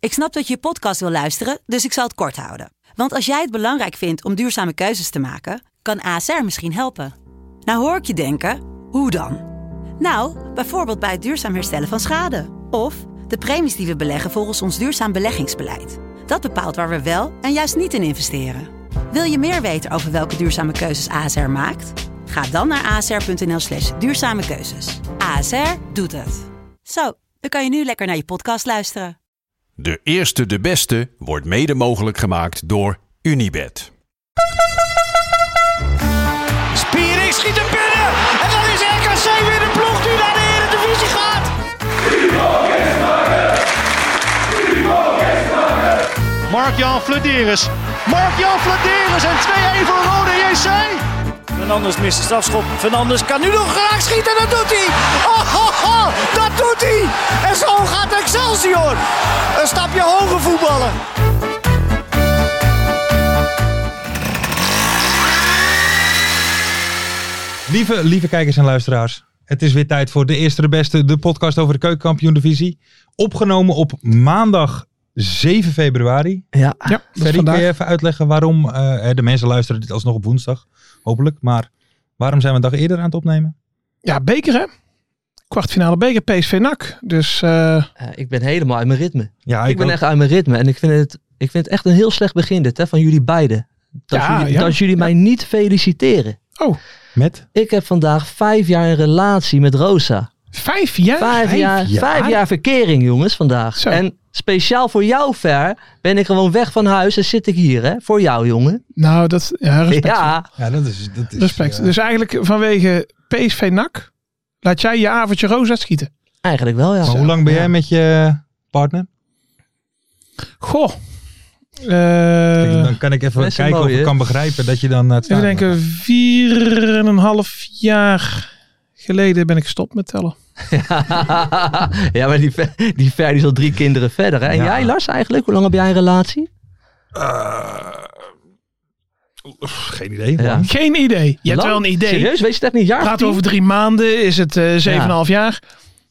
Ik snap dat je podcast wil luisteren, dus ik zal het kort houden. Want als jij het belangrijk vindt om duurzame keuzes te maken, kan ASR misschien helpen. Nou hoor ik je denken, hoe dan? Nou, bijvoorbeeld bij het duurzaam herstellen van schade. Of de premies die we beleggen volgens ons duurzaam beleggingsbeleid. Dat bepaalt waar we wel en juist niet in investeren. Wil je meer weten over welke duurzame keuzes ASR maakt? Ga dan naar asr.nl/duurzame keuzes. ASR doet het. Zo, dan kan je nu lekker naar je podcast luisteren. De eerste, de beste wordt mede mogelijk gemaakt door Unibet. Spiering schiet hem binnen. En dan is RKC weer de ploeg die naar de Eredivisie gaat. Mark-Jan Flederis. Mark-Jan Flederis en 2-1 voor Rode JC. Fernandes mist de strafschop. Fernandes kan nu nog graag schieten. Dat doet hij. Dat doet hij. En zo gaat Excelsior. Een stapje hoger voetballen. Lieve kijkers en luisteraars. Het is weer tijd voor de eerste de beste. De podcast over de Keukenkampioen-divisie. Opgenomen op maandag 7 februari. Ja, Ferry, kun je even uitleggen waarom? De mensen luisteren dit alsnog op woensdag. Hopelijk. Maar waarom zijn we een dag eerder aan het opnemen? Ja, beker hè? Kwartfinale beker, PSV NAC. Dus ik ben helemaal uit mijn ritme. Ja, ik ben echt uit mijn ritme. En ik vind het echt een heel slecht begin dit, hè, van jullie beiden. Dat jullie mij niet feliciteren. Oh. Met? Ik heb vandaag 5 jaar een relatie met Rosa. 5 jaar? 5 jaar verkering, jongens, vandaag. Zo. En speciaal voor jou, Ver, ben ik gewoon weg van huis en zit ik hier, hè? Voor jou, jongen. Nou, respect. Ja, dat is respect. Dus eigenlijk vanwege PSV NAC laat jij je avondje Rosa schieten? eigenlijk wel, ja. Maar hoe lang ben jij met je partner? Goh. Dan kan ik even kijken of ik kan begrijpen dat je dan... Even denken, 4,5 jaar geleden ben ik gestopt met tellen. Ja, maar die Ver is al 3 kinderen verder, hè? En jij, Lars, eigenlijk? Hoe lang heb jij een relatie? Geen idee. Ja. Geen idee. Je hebt wel een idee. Serieus? Weet je het echt niet? Jaar? Praten we over 3 maanden? Is het 7,5 jaar?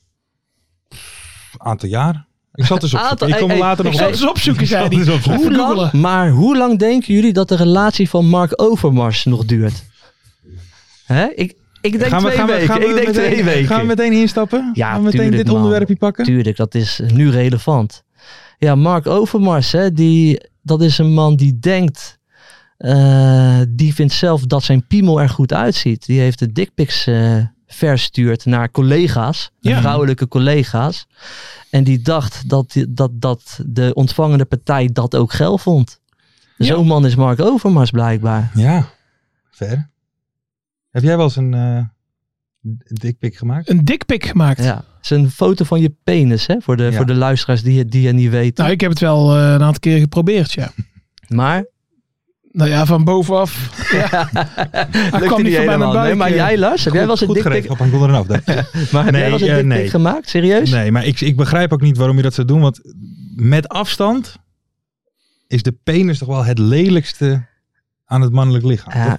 Aantal jaar. Ik zal het eens opzoeken. Ik kom er later nog Ik zal het eens opzoeken, zei hij. Hoe lang denken jullie dat de relatie van Mark Overmars nog duurt? Hè? Ik denk 2 weken. Ik denk 2 weken. Gaan we meteen instappen? Ja, gaan we meteen dit onderwerpje pakken? Tuurlijk, dat is nu relevant. Ja, Mark Overmars, hè, dat is een man die denkt... die vindt zelf dat zijn piemel er goed uitziet. Die heeft de dickpics verstuurd naar collega's. Vrouwelijke collega's. En die dacht dat de ontvangende partij dat ook geil vond. Zo'n man is Mark Overmars blijkbaar. Ja, ver. Heb jij wel eens een dickpic gemaakt? Een dickpic gemaakt? Ja, het is een foto van je penis, hè? Voor de luisteraars die je niet weten. Nou, ik heb het wel een aantal keer geprobeerd, ja. Maar? Nou ja, van bovenaf. Ja. Hij kwam niet voorbij mijn buik. Nee, maar jij, Lars, heb jij wel eens een dickpic... Goed geregeld, eraf. Maar heb jij wel eens een dickpic gemaakt? Serieus? Nee, maar ik begrijp ook niet waarom je dat zou doen. Want met afstand is de penis toch wel het lelijkste aan het mannelijk lichaam.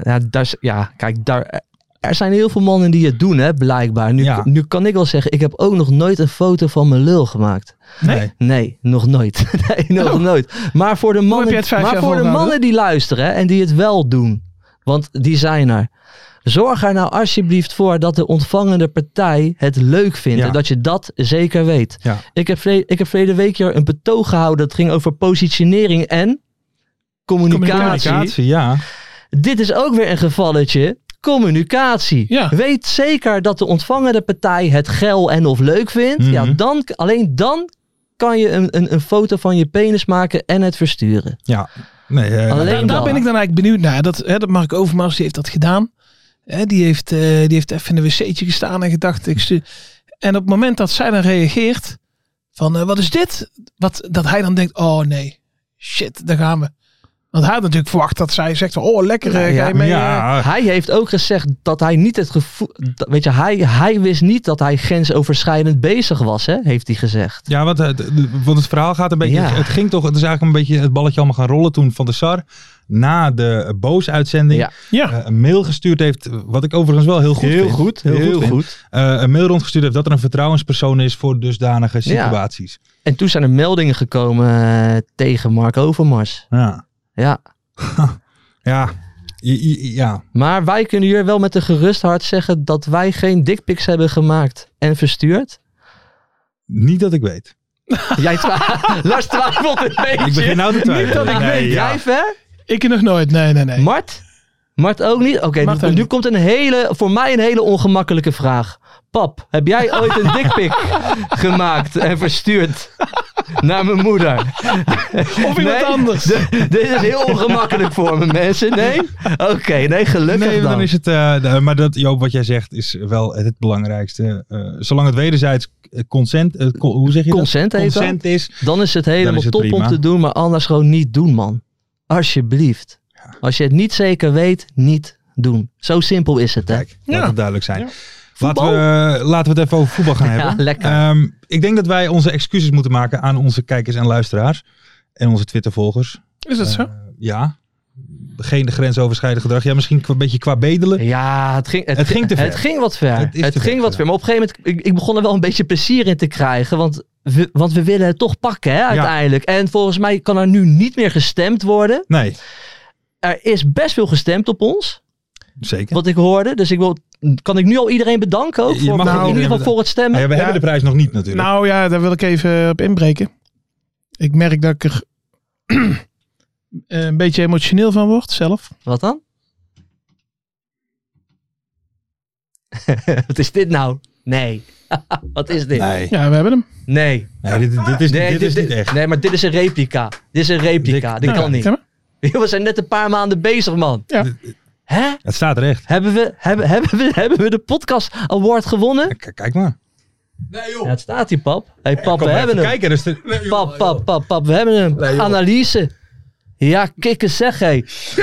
Er zijn heel veel mannen die het doen, hè, blijkbaar. Nu kan ik wel zeggen, ik heb ook nog nooit een foto van mijn lul gemaakt. Nee, nog nooit. Nooit. Maar voor de mannen, die luisteren, hè, en die het wel doen, want die zijn er. Zorg er nou alsjeblieft voor dat de ontvangende partij het leuk vindt. En dat je dat zeker weet. Ja. Ik heb verleden week hier een betoog gehouden. Dat ging over positionering en communicatie. Ja. Dit is ook weer een gevalletje. Communicatie. Ja. Weet zeker dat de ontvangende partij het geil en of leuk vindt. Mm-hmm. Ja, alleen dan kan je een foto van je penis maken en het versturen. Ja. Nee, daar ben ik dan eigenlijk benieuwd naar. Dat Mark Overmars heeft dat gedaan. Die heeft even in een wc'tje gestaan en gedacht... En op het moment dat zij dan reageert... van wat is dit? Dat hij dan denkt, oh nee, shit, daar gaan we. Want hij had natuurlijk verwacht dat zij zegt van, lekker, ga je mee. Hij heeft ook gezegd dat hij niet het gevoel... Weet je, hij wist niet dat hij grensoverschrijdend bezig was, hè? Heeft hij gezegd. Ja, want het verhaal gaat een beetje... Ja. Het ging toch... Het is eigenlijk een beetje het balletje allemaal gaan rollen toen Van der Sar na de Boos-uitzending een mail gestuurd heeft, wat ik overigens wel heel goed vind. Heel goed. Een mail rondgestuurd heeft dat er een vertrouwenspersoon is voor dusdanige situaties. Ja. En toen zijn er meldingen gekomen tegen Mark Overmars. Ja. Ja. Maar wij kunnen hier wel met een gerust hart zeggen dat wij geen dickpics hebben gemaakt en verstuurd. Niet dat ik weet. Lars twijfelt een beetje. Ik begin nou te twijfelen. Niet dat ik weet. Jij ver? Ik nog nooit. Nee. Mart ook niet? Oké, nu komt voor mij een hele ongemakkelijke vraag. Pap, heb jij ooit een dickpic gemaakt en verstuurd naar mijn moeder? Of iemand anders? Dit is heel ongemakkelijk voor me, mensen. Nee? Oké, nee, gelukkig dan. Dan is het... maar dat, Joop, wat jij zegt is wel het belangrijkste. Zolang het wederzijds consent... hoe zeg je consent dat? Consent is. Dan is het helemaal top prima om te doen, maar anders gewoon niet doen, man. Alsjeblieft. Ja. Als je het niet zeker weet, niet doen. Zo simpel is het, hè? Kijk, laat het duidelijk zijn. Ja. Laten we het even over voetbal gaan hebben. Ja, lekker. Ik denk dat wij onze excuses moeten maken aan onze kijkers en luisteraars. En onze Twitter-volgers. Is dat zo? Ja. Geen grensoverschrijdend gedrag. Ja, misschien een beetje qua bedelen. Ja, het ging te ver. Het ging wat ver. Het ging wat ver. Maar op een gegeven moment, ik begon er wel een beetje plezier in te krijgen. Want we willen het toch pakken, hè, uiteindelijk. Ja. En volgens mij kan er nu niet meer gestemd worden. Nee. Er is best veel gestemd op ons. Zeker. Wat ik hoorde. Dus kan ik nu al iedereen bedanken ook? In ieder geval voor het stemmen. Ja, we hebben de prijs nog niet natuurlijk. Nou ja, daar wil ik even op inbreken. Ik merk dat ik er een beetje emotioneel van word zelf. Wat dan? Wat is dit nou? Nee. Wat is dit? Nee. Ja, we hebben hem. Nee. Dit is niet echt. Nee, maar dit is een replica. Dit kan niet. We zijn net een paar maanden bezig, man. Ja. Hè? Het staat er echt. Hebben we de podcast award gewonnen? Kijk maar. Nee joh. Ja, het staat hier, pap. Hey, pap, we hebben hem. Kijken, dus pap, we hebben hem. Nee, analyse. Ja, kikken zeg, hé.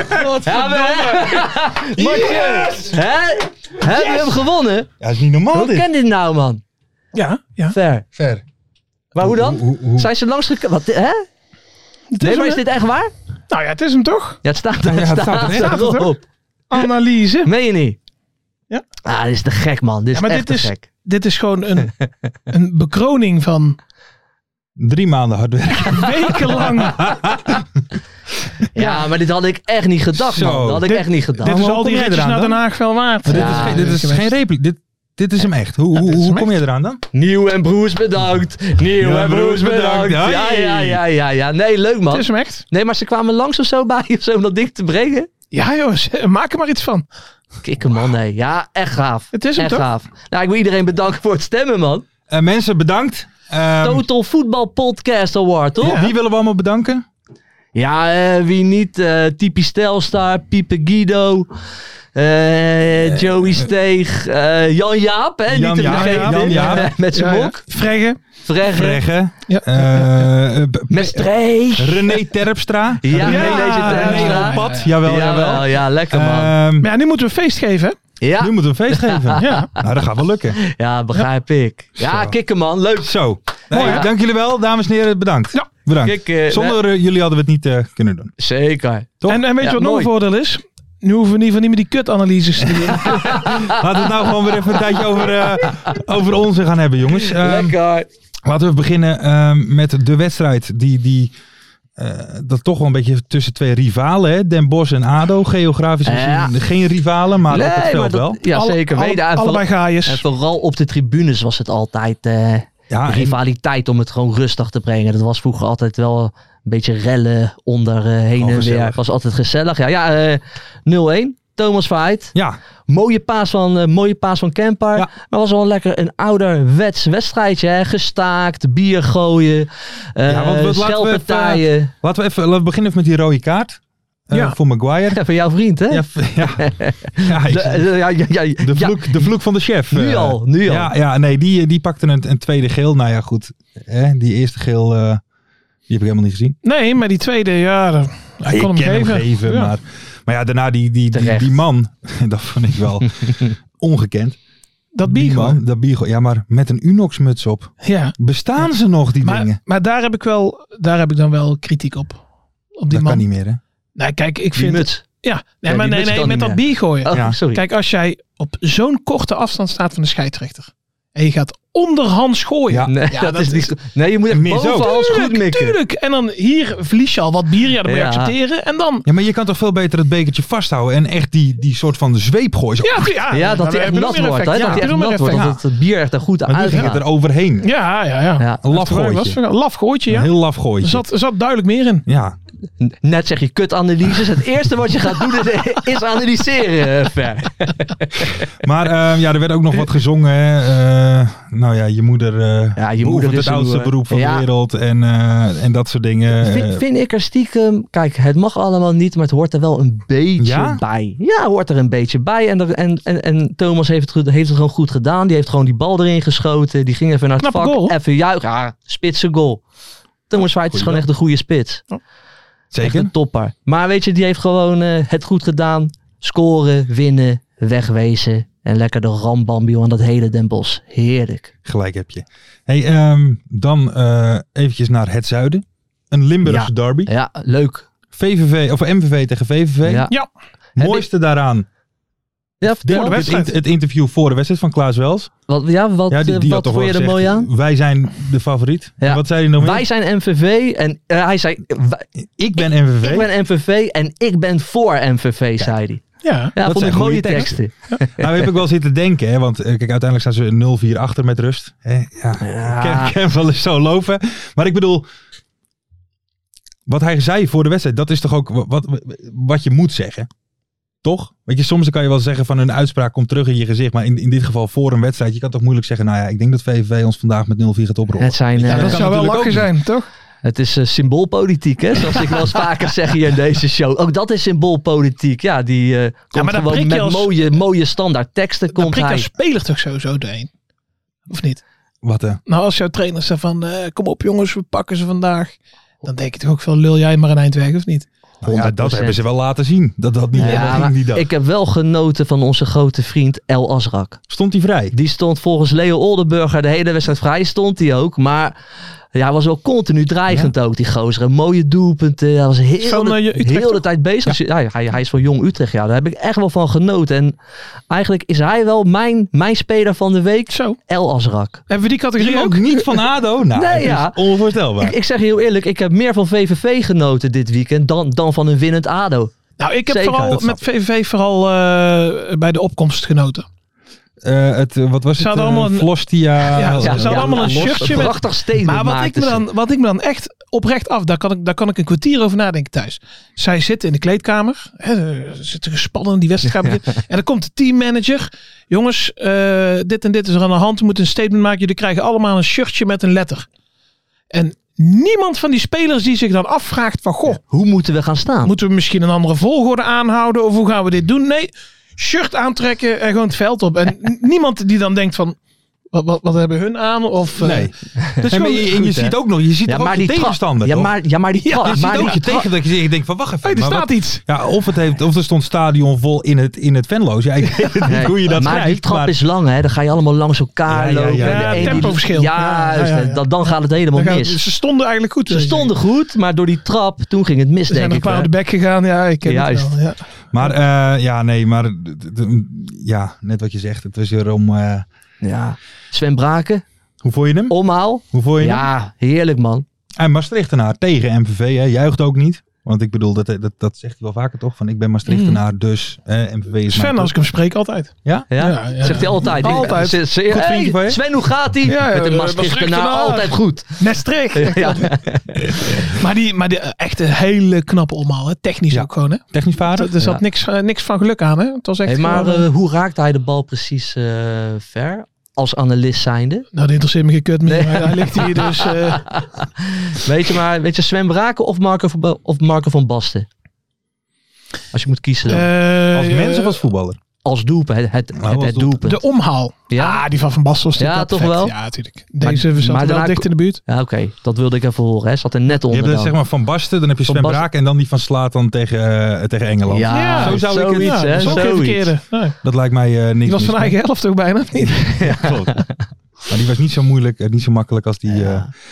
Yes! Hebben we hem gewonnen? Ja, dat is niet normaal. Hoe ken dit nou, man? Ja. Ver. Maar hoe dan? Hoe? Zijn ze langs gekomen? Hè? Nee, maar is dit echt waar? Nou ja, het is hem toch? Ja, het staat er op. Analyse. Meen je niet? Ja. Ah, dit is te gek, man. Dit is echt te gek. Dit is gewoon een bekroning van 3 maanden hard werken. Wekenlang. Ja, maar dit had ik echt niet gedacht, man. Dat had ik echt niet gedacht. Dit is al die ritjes naar Den Haag wel waard. Dit is geen repliek. Dit is hem echt. Hoe kom je eraan dan? Nieuw en Broers bedankt. Nieuw en Broers bedankt. Ja. Nee, leuk, man. Het is hem echt. Nee, maar ze kwamen langs of zo bij je zo om dat ding te brengen. Ja, jongens. Maak er maar iets van. Kikken, man. Nee. Ja, echt gaaf. Het is hem echt toch? Gaaf. Nou, ik wil iedereen bedanken voor het stemmen, man. Mensen, bedankt. Total Football Podcast Award, toch? Ja. Wie willen we allemaal bedanken? Ja, wie niet? Typisch Telstar, Piepe Guido, Joey Steeg, Jan Jaap, hè? Niet te vergeten. Jan Jaap. Met zijn mok. Vregge. Mestreeg. René Terpstra. René Pad. Jawel. Ja, lekker, man. Maar ja, nu moeten we een feest geven, hè? Ja. Nu moeten we een feest geven. Ja. Nou, dat gaat wel lukken. Ja, begrijp ik. Ja, kikken, man. Leuk. Zo. Nee, dank jullie wel, dames en heren. Bedankt. Ja. Bedankt. Zonder jullie hadden we het niet kunnen doen. Zeker. Toch? En weet je wat nog een voordeel is? Nu hoeven we in ieder geval niet meer die kutanalyses te doen. Laten we het nou gewoon weer even een tijdje over ons gaan hebben, jongens. Lekker. Laten we beginnen met de wedstrijd dat toch wel een beetje tussen 2 rivalen, hè? Den Bosch en ADO. Geografisch gezien geen rivalen, maar op het veld wel. Ja, zeker. Allebei gaaiers. En vooral op de tribunes was het altijd rivaliteit om het gewoon rustig te brengen. Dat was vroeger altijd wel een beetje rellen onder heen en weer. Het was altijd gezellig. 0-1. Thomas Verheid. Ja. Mooie paas van Kempar. Ja. Maar was wel lekker een ouderwets wedstrijdje. Hè? Gestaakt, bier gooien, schelpartijen. Laten we beginnen met die rode kaart. Voor Maguire. Ja, van jouw vriend, hè? De vloek van de chef. Nu al. Ja, nee, die pakte een tweede geel. Nou ja, goed. Die eerste geel Die heb ik helemaal niet gezien. Nee, maar die tweede, ja, hij kon hem geven. Ja. Maar ja, daarna die man, dat vond ik wel ongekend. Dat Bigo. Ja, maar met een Unox-muts op. Ja. Bestaan ze nog, die dingen? Maar daar heb ik dan wel kritiek op. Op die dat man. Kan niet meer, hè? Nee, kijk, ik vind... muts. Ja, met dat bier gooien. Oh, sorry. Kijk, als jij op zo'n korte afstand staat van de scheidsrechter en je gaat onderhands gooien. Ja, nee, dat is niet... Nee, je moet echt bovenhands goed mikken. Tuurlijk. En dan hier verlies je al wat bier. Ja, dat moet je accepteren. En dan... Ja, maar je kan toch veel beter het bekertje vasthouden en echt die soort van de zweep gooien. Ja, dat hij echt nat wordt. Dat hij echt nat wordt. Dat het bier echt er goed uit gaat. Nu ging het er overheen. Ja. Een laf gooitje. Een laf gooitje, ja. Een heel laf gooitje. Er zat duidelijk meer in. Ja. Net zeg je kutanalyses. Het eerste wat je gaat doen is analyseren. Ver. Maar er werd ook nog wat gezongen. Nou ja, je moeder beoefent het oudste beroep van de wereld. En dat soort dingen. Vind ik er stiekem... Kijk, het mag allemaal niet, maar het hoort er wel een beetje bij. Ja, hoort er een beetje bij. En Thomas heeft het gewoon goed gedaan. Die heeft gewoon die bal erin geschoten. Die ging even naar het vak. Goal. Even juichen. Ja, spitse goal. Thomas White is gewoon echt een goede spits. Oh. Zeker. Echt een topper. Maar weet je, die heeft gewoon het goed gedaan. Scoren, winnen, wegwezen. En lekker de rambambio aan dat hele Den Bosch. Heerlijk. Gelijk heb je. Hey, dan eventjes naar het zuiden. Een Limburgse derby. Ja, leuk. MVV tegen VVV. Ja. Mooiste daaraan. Ja, het interview voor de wedstrijd van Klaas Wels. Wat vond je er mooi aan? Wij zijn de favoriet. Ja. Wat zei hij nog meer? Wij zijn MVV en hij zei... Ik ben MVV. Ik ben MVV en ik ben voor MVV, zei hij. Ja, dat vond ik mooie teksten. Nou, heb ik wel zitten denken. Hè, want kijk, uiteindelijk staan ze 0-4 achter met rust. Ik kan wel eens zo lopen. Maar ik bedoel... Wat hij zei voor de wedstrijd, dat is toch ook wat je moet zeggen. Toch? Weet je, soms kan je wel zeggen van een uitspraak komt terug in je gezicht. Maar in dit geval voor een wedstrijd. Je kan toch moeilijk zeggen, nou ja, ik denk dat VVV ons vandaag met 0-4 gaat oprollen. Dat zou wel lachen zijn, toch? Het is symboolpolitiek, hè? Zoals ik wel eens vaker zeg hier in deze show. Ook dat is symboolpolitiek. Ja, die komt gewoon met mooie standaard teksten. Komt hij. Als speler toch sowieso doorheen? Of niet? Wat? Nou, als jouw trainer zegt van, kom op jongens, we pakken ze vandaag. Dan denk je toch ook veel, lul jij maar een eind weg, of niet? Nou ja, dat hebben ze wel laten zien. Dat niet ging die dag. Ik heb wel genoten van onze grote vriend El Azrak. Stond hij vrij? Die stond volgens Leo Oldenburger de hele wedstrijd vrij. Stond hij ook. Maar hij was wel continu dreigend ook, die gozer. Een mooie doelpunten. Hij was heel de tijd bezig. Ja. Hij is van Jong Utrecht. Ja, daar heb ik echt wel van genoten. En eigenlijk is hij wel mijn speler van de week. Zo. El Azrak. Hebben we die categorie ook? Niet van ADO? Nou, nee, ja. Onvoorstelbaar. Ik zeg je heel eerlijk, ik heb meer van VVV genoten dit weekend dan van een winnend ADO. Nou, ik heb vooral met VVV bij de opkomst genoten. Wat was het? Allemaal Flostia. Ze hadden allemaal een shirtje met... Prachtig steen. Maar wat ik me dan echt oprecht af... Daar kan ik een kwartier over nadenken thuis. Zij zitten in de kleedkamer. Ze zitten gespannen in die wedstrijd. En dan komt de teammanager. Jongens, dit en dit is er aan de hand. We moeten een statement maken. Jullie krijgen allemaal een shirtje met een letter. En niemand van die spelers die zich dan afvraagt van... Goh, hoe moeten we gaan staan? Moeten we misschien een andere volgorde aanhouden? Of hoe gaan we dit doen? Nee, shirt aantrekken en gewoon het veld op. En niemand die dan denkt van... Wat hebben hun aan? Of, nee. Je ziet ook nog, je ziet ook de tegenstander. Maar die trap. Je ziet ook je tegen dat je denkt van wacht even. Er staat iets. Ja, of er stond stadion vol in het Venlo's. Ja, ik weet niet hoe je dat maar schrijft. Die trap is lang, hè. Dan ga je allemaal langs elkaar lopen. Ja, tempoverschil. Juist, dan gaat het helemaal mis. Ze stonden eigenlijk goed. Ze stonden goed, maar door die trap, toen ging het mis, denk ik. Zijn een paar op de bek gegaan. Ja, ik ken het wel. Ja. Maar, net wat je zegt. Het was weer om... Sven Braken. Hoe vond je hem? Omhaal. Hoe vond je hem? Ja, heerlijk man. En Maastrichtenaar tegen MVV, hè? Juicht ook niet. Want ik bedoel, dat zegt hij wel vaker toch? Van ik ben Maastrichtenaar, dus MVV is Sven, als ik hem spreek, altijd. Ja? Zegt hij altijd. Altijd. Goed vriendje van je? Sven, hoe gaat hij? Met een Maastrichtenaar altijd goed. Maastricht. Maar die echt een hele knappe omhaal. Hè? Technisch ook gewoon. Hè? Technisch vaardig. Er zat niks van geluk aan. Hè? Het was echt hoe raakte hij de bal precies ver? Als analist zijnde. Nou, dat interesseert me geen kut meer. Hij ligt hier dus... Weet je Sven Braken of Marco van Basten? Als je moet kiezen dan. Als mens of als voetballer? als doelpunt. Het doelpunt. De omhaal. Ja, die van Basten was toch perfect. wel? Ja, natuurlijk. Deze zat wel dicht in de buurt. Ja, oké. Dat wilde ik even horen. Hè. Zat er net onder. Je hebt zeg maar Van Basten, dan heb je Sven Braak en dan die van Slatan tegen Engeland. Ja, zo zou ik het... Dat is ook geen verkeerde. Nee. Dat lijkt mij niks. Die was van eigen helft ook bijna. Ja, klopt. Maar die was niet zo moeilijk, niet zo makkelijk als die...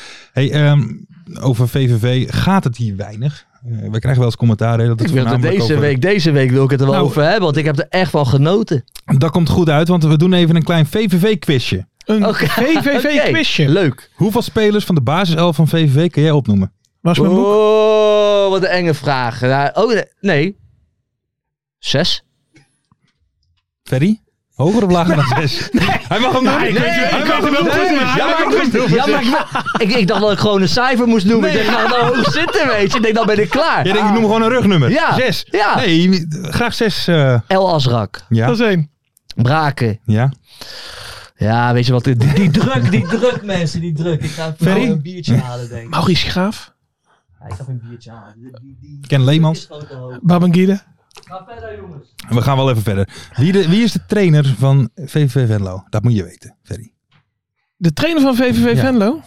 over VVV gaat het hier weinig. We krijgen wel eens commentaar. Dat het deze week wil ik het er wel over hebben, want ik heb er echt van genoten. Dat komt goed uit, want we doen even een klein VVV-quizje. Een VVV-quizje? Leuk. Hoeveel spelers van de basiself van VVV kan jij opnoemen? Was mijn boek? Oh, wat een enge vraag. Nee. 6. Ferry? Hoger of lager dan 6? Nee. Hij mag hem doen. Ik dacht dat ik gewoon een cijfer moest noemen. Ik denk, nou hoog zitten, weet je. Ik denk, dan ben ik klaar. Je denkt, ik noem gewoon een rugnummer. Ja. 6. Ja. Nee, graag 6. El Azrak. Ja. Dat is 1. Braken. Ja. Ja, weet je wat? Die druk mensen, die druk. Ik ga even een biertje halen, denk ik. Maurice Graaf. Ja, ik ga even een biertje halen. Ken Leemans. Babangida. Ga verder, jongens. We gaan wel even verder. Wie is de trainer van VVV Venlo? Dat moet je weten, Ferry. De trainer van VVV Venlo?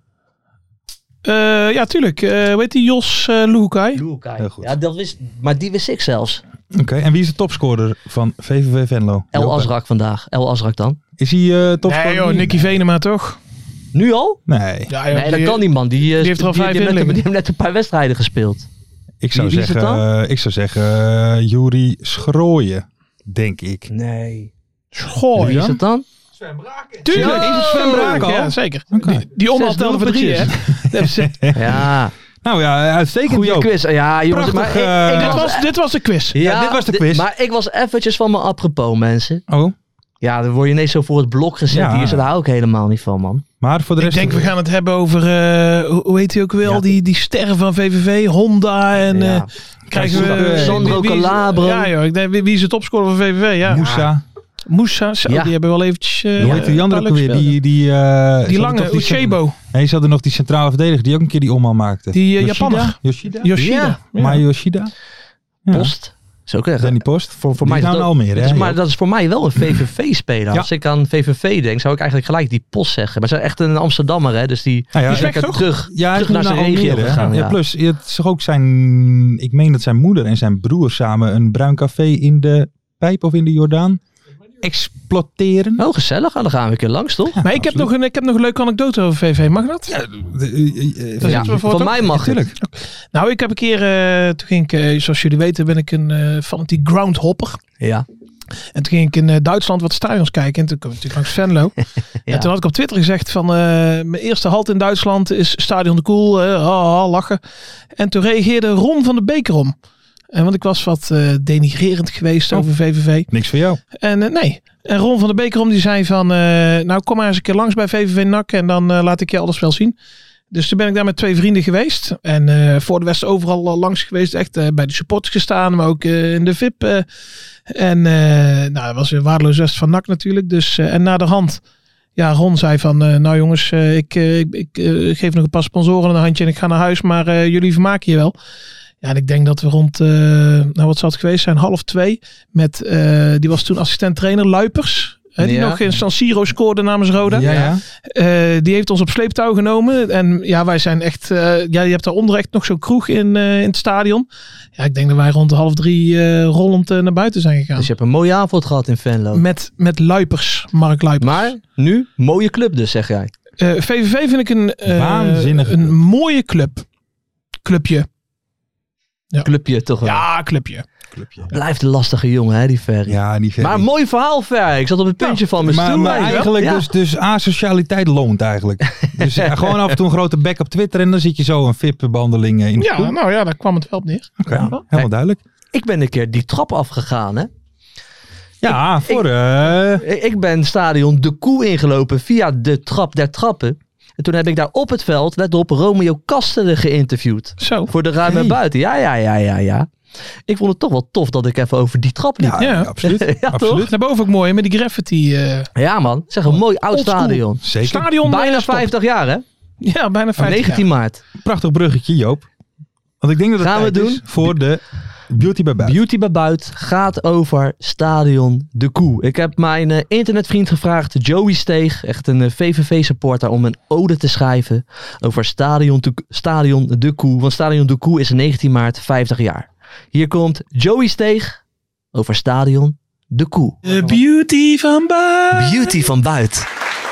Ja, tuurlijk. Hoe heet die? Jos Luhukai. Heel goed. Ja, maar die wist ik zelfs. Oké, en wie is de topscorer van VVV Venlo? El Azrak vandaag. El Azrak dan? Is hij topscorer? Nee joh, Nicky Venema toch? Nu al? Nee. Ja, joh, nee, dat kan die man. Die heeft er al 5 in. Die heeft net een paar wedstrijden gespeeld. Ik zou zeggen Juri Schrooien, denk ik. Nee. Schrooien? Wie is het dan? Sven Braken. Tuurlijk, is het Sven Braken al? Ja, zeker. Okay. Die omhaal telde voor 3, hè? Ja. Nou ja, uitstekend. Goeie quiz. Ja, jongens, dit was de quiz. Ja, dit was de quiz. Maar ik was eventjes van me apropos, mensen. Oh. Ja, dan word je ineens zo voor het blok gezet. Ja. Hier, daar hou ik helemaal niet van, man. Maar voor de rest... Ik denk, we gaan het hebben over, hoe heet hij ook wel, die sterren van VVV, Honda en... krijgen we... Sandro Calabro. Ja joh, ik denk, wie is de topscorer van VVV? Ja. Moussa, die hebben wel eventjes... Hoe heet die andere ook weer? Die lange, Uchebo. Nee, ze hadden nog die centrale verdediger die ook een keer die omhaal maakte. Die Japaner. Yoshida? Ja. Maar Yoshida? Ja. Post. Is ook echt. Danny Post. Voor mij nou Almere. Maar dat is voor mij wel een VVV-speler. Ja. Als ik aan VVV denk, zou ik eigenlijk gelijk die Post zeggen. Maar ze zijn echt een Amsterdammer, hè? Dus die is lekker terug naar zijn regio gegaan. Ja, plus, het is ook ik meen dat zijn moeder en zijn broer samen een bruin café in de Pijp of in de Jordaan exploiteren. Oh, gezellig. Dan gaan we een keer langs, toch? Ja, maar ik heb nog een leuke anekdote over VV. Mag dat? Van mij mag het. Nou, ik heb een keer, toen ging ik, zoals jullie weten, ben ik een fanatiek groundhopper. Ja. En toen ging ik in Duitsland wat stadions kijken. En toen kwam ik natuurlijk langs Venlo. En toen had ik op Twitter gezegd van... mijn eerste halt in Duitsland is Stadion de Koel. Lachen. En toen reageerde Ron van de Beker om. Want ik was wat denigrerend geweest over VVV. Niks voor jou. En nee. En Ron van de Bekerom die zei van... nou, kom maar eens een keer langs bij VVV NAC. En dan laat ik je alles wel zien. Dus toen ben ik daar met 2 vrienden geweest. En voor de West overal langs geweest. Echt bij de supporters gestaan. Maar ook in de VIP. Dat was een waardeloos West van NAC natuurlijk. Dus, en naderhand... Ja, Ron zei van... nou jongens, ik geef nog een paar sponsoren een handje. En ik ga naar huis. Maar jullie vermaken je wel. Ja, en ik denk dat we rond, wat zou het geweest zijn, 1:30 met, die was toen assistent trainer Luipers. Die nog in San Siro scoorde namens Roda. Ja. Die heeft ons op sleeptouw genomen. En ja, wij zijn echt... je hebt daaronder echt nog zo'n kroeg in het stadion. Ja, ik denk dat wij rond 2:30 rollend naar buiten zijn gegaan. Dus je hebt een mooie avond gehad in Venlo. Met Luipers, Mark Luipers. Maar nu, mooie club dus, zeg jij. VVV vind ik een mooie clubje. Ja. Clubje toch wel? Ja, clubje. Blijft een lastige jongen, hè, die Ferry. Ja, die Ferry. Maar een mooi verhaal, Ferry. Ik zat op het puntje van mijn stoel. Maar eigenlijk dus asocialiteit loont eigenlijk. Dus gewoon af en toe een grote bek op Twitter en dan zit je zo een VIP-behandeling in de stoel. Nou ja, daar kwam het wel op neer. Oké, helemaal duidelijk. Ik ben een keer die trap afgegaan, hè. Ja, ik ben stadion De Koe ingelopen via de trap der trappen. En toen heb ik daar op het veld, let op, Romeo Kastelen geïnterviewd. Zo. Voor de ruime buiten. Ja. Ik vond het toch wel tof dat ik even over die trap liep. Ja, absoluut. Ja, absoluut. Daarboven ook mooi, met die graffiti. Ja man, zeg een mooi oud stadion. Zeker. Stadion bijna 50 jaar, hè? Ja, bijna 50 19 maart. Prachtig bruggetje, Joop. Want ik denk dat het tijd is voor de Beauty bij Buit gaat over Stadion de Koe. Ik heb mijn internetvriend gevraagd, Joey Steeg, echt een VVV-supporter, om een ode te schrijven over Stadion de Koe. Want Stadion de Koe is 19 maart 50 jaar. Hier komt Joey Steeg over Stadion de Koe. De Beauty van Buit. Beauty van Buit.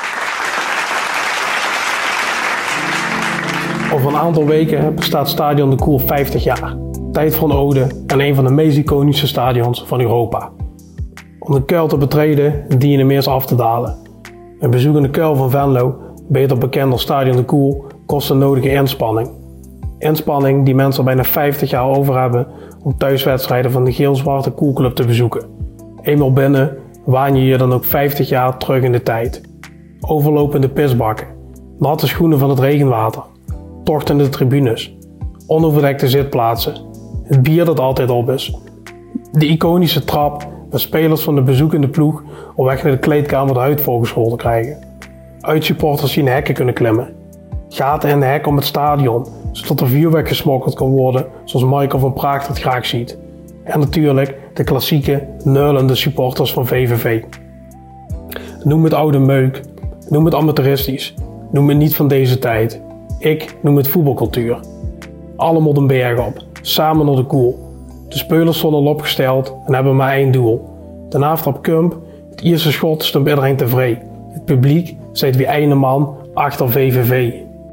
Over een aantal weken bestaat Stadion de Koe 50 jaar. Tijd voor een ode aan een van de meest iconische stadions van Europa. Om de kuil te betreden dien je hem eerst af te dalen. Een bezoek in de kuil van Venlo, beter bekend als Stadion de Koe, kost een nodige inspanning. Inspanning die mensen al bijna 50 jaar over hebben om thuiswedstrijden van de geel-zwarte Koelclub te bezoeken. Eenmaal binnen waan je je dan ook 50 jaar terug in de tijd. Overlopende pisbakken, natte schoenen van het regenwater, tochtende tribunes, onoverdekte zitplaatsen, het bier dat altijd op is, de iconische trap waar spelers van de bezoekende ploeg op weg naar de kleedkamer de huid voorgescholden krijgen, uitsupporters die in hekken kunnen klimmen, gaten in de hek om het stadion zodat er vuurwerk gesmokkeld kan worden zoals Michael van Praag dat graag ziet, en natuurlijk de klassieke neulende supporters van VVV. Noem het oude meuk, noem het amateuristisch, noem het niet van deze tijd. Ik noem het voetbalcultuur. Allemaal de berg op, samen naar de koel. De spelers stonden al opgesteld en hebben maar één doel. De aftrap Kump, het eerste schot stond iedereen tevreden. Het publiek zit weer ene man achter VVV.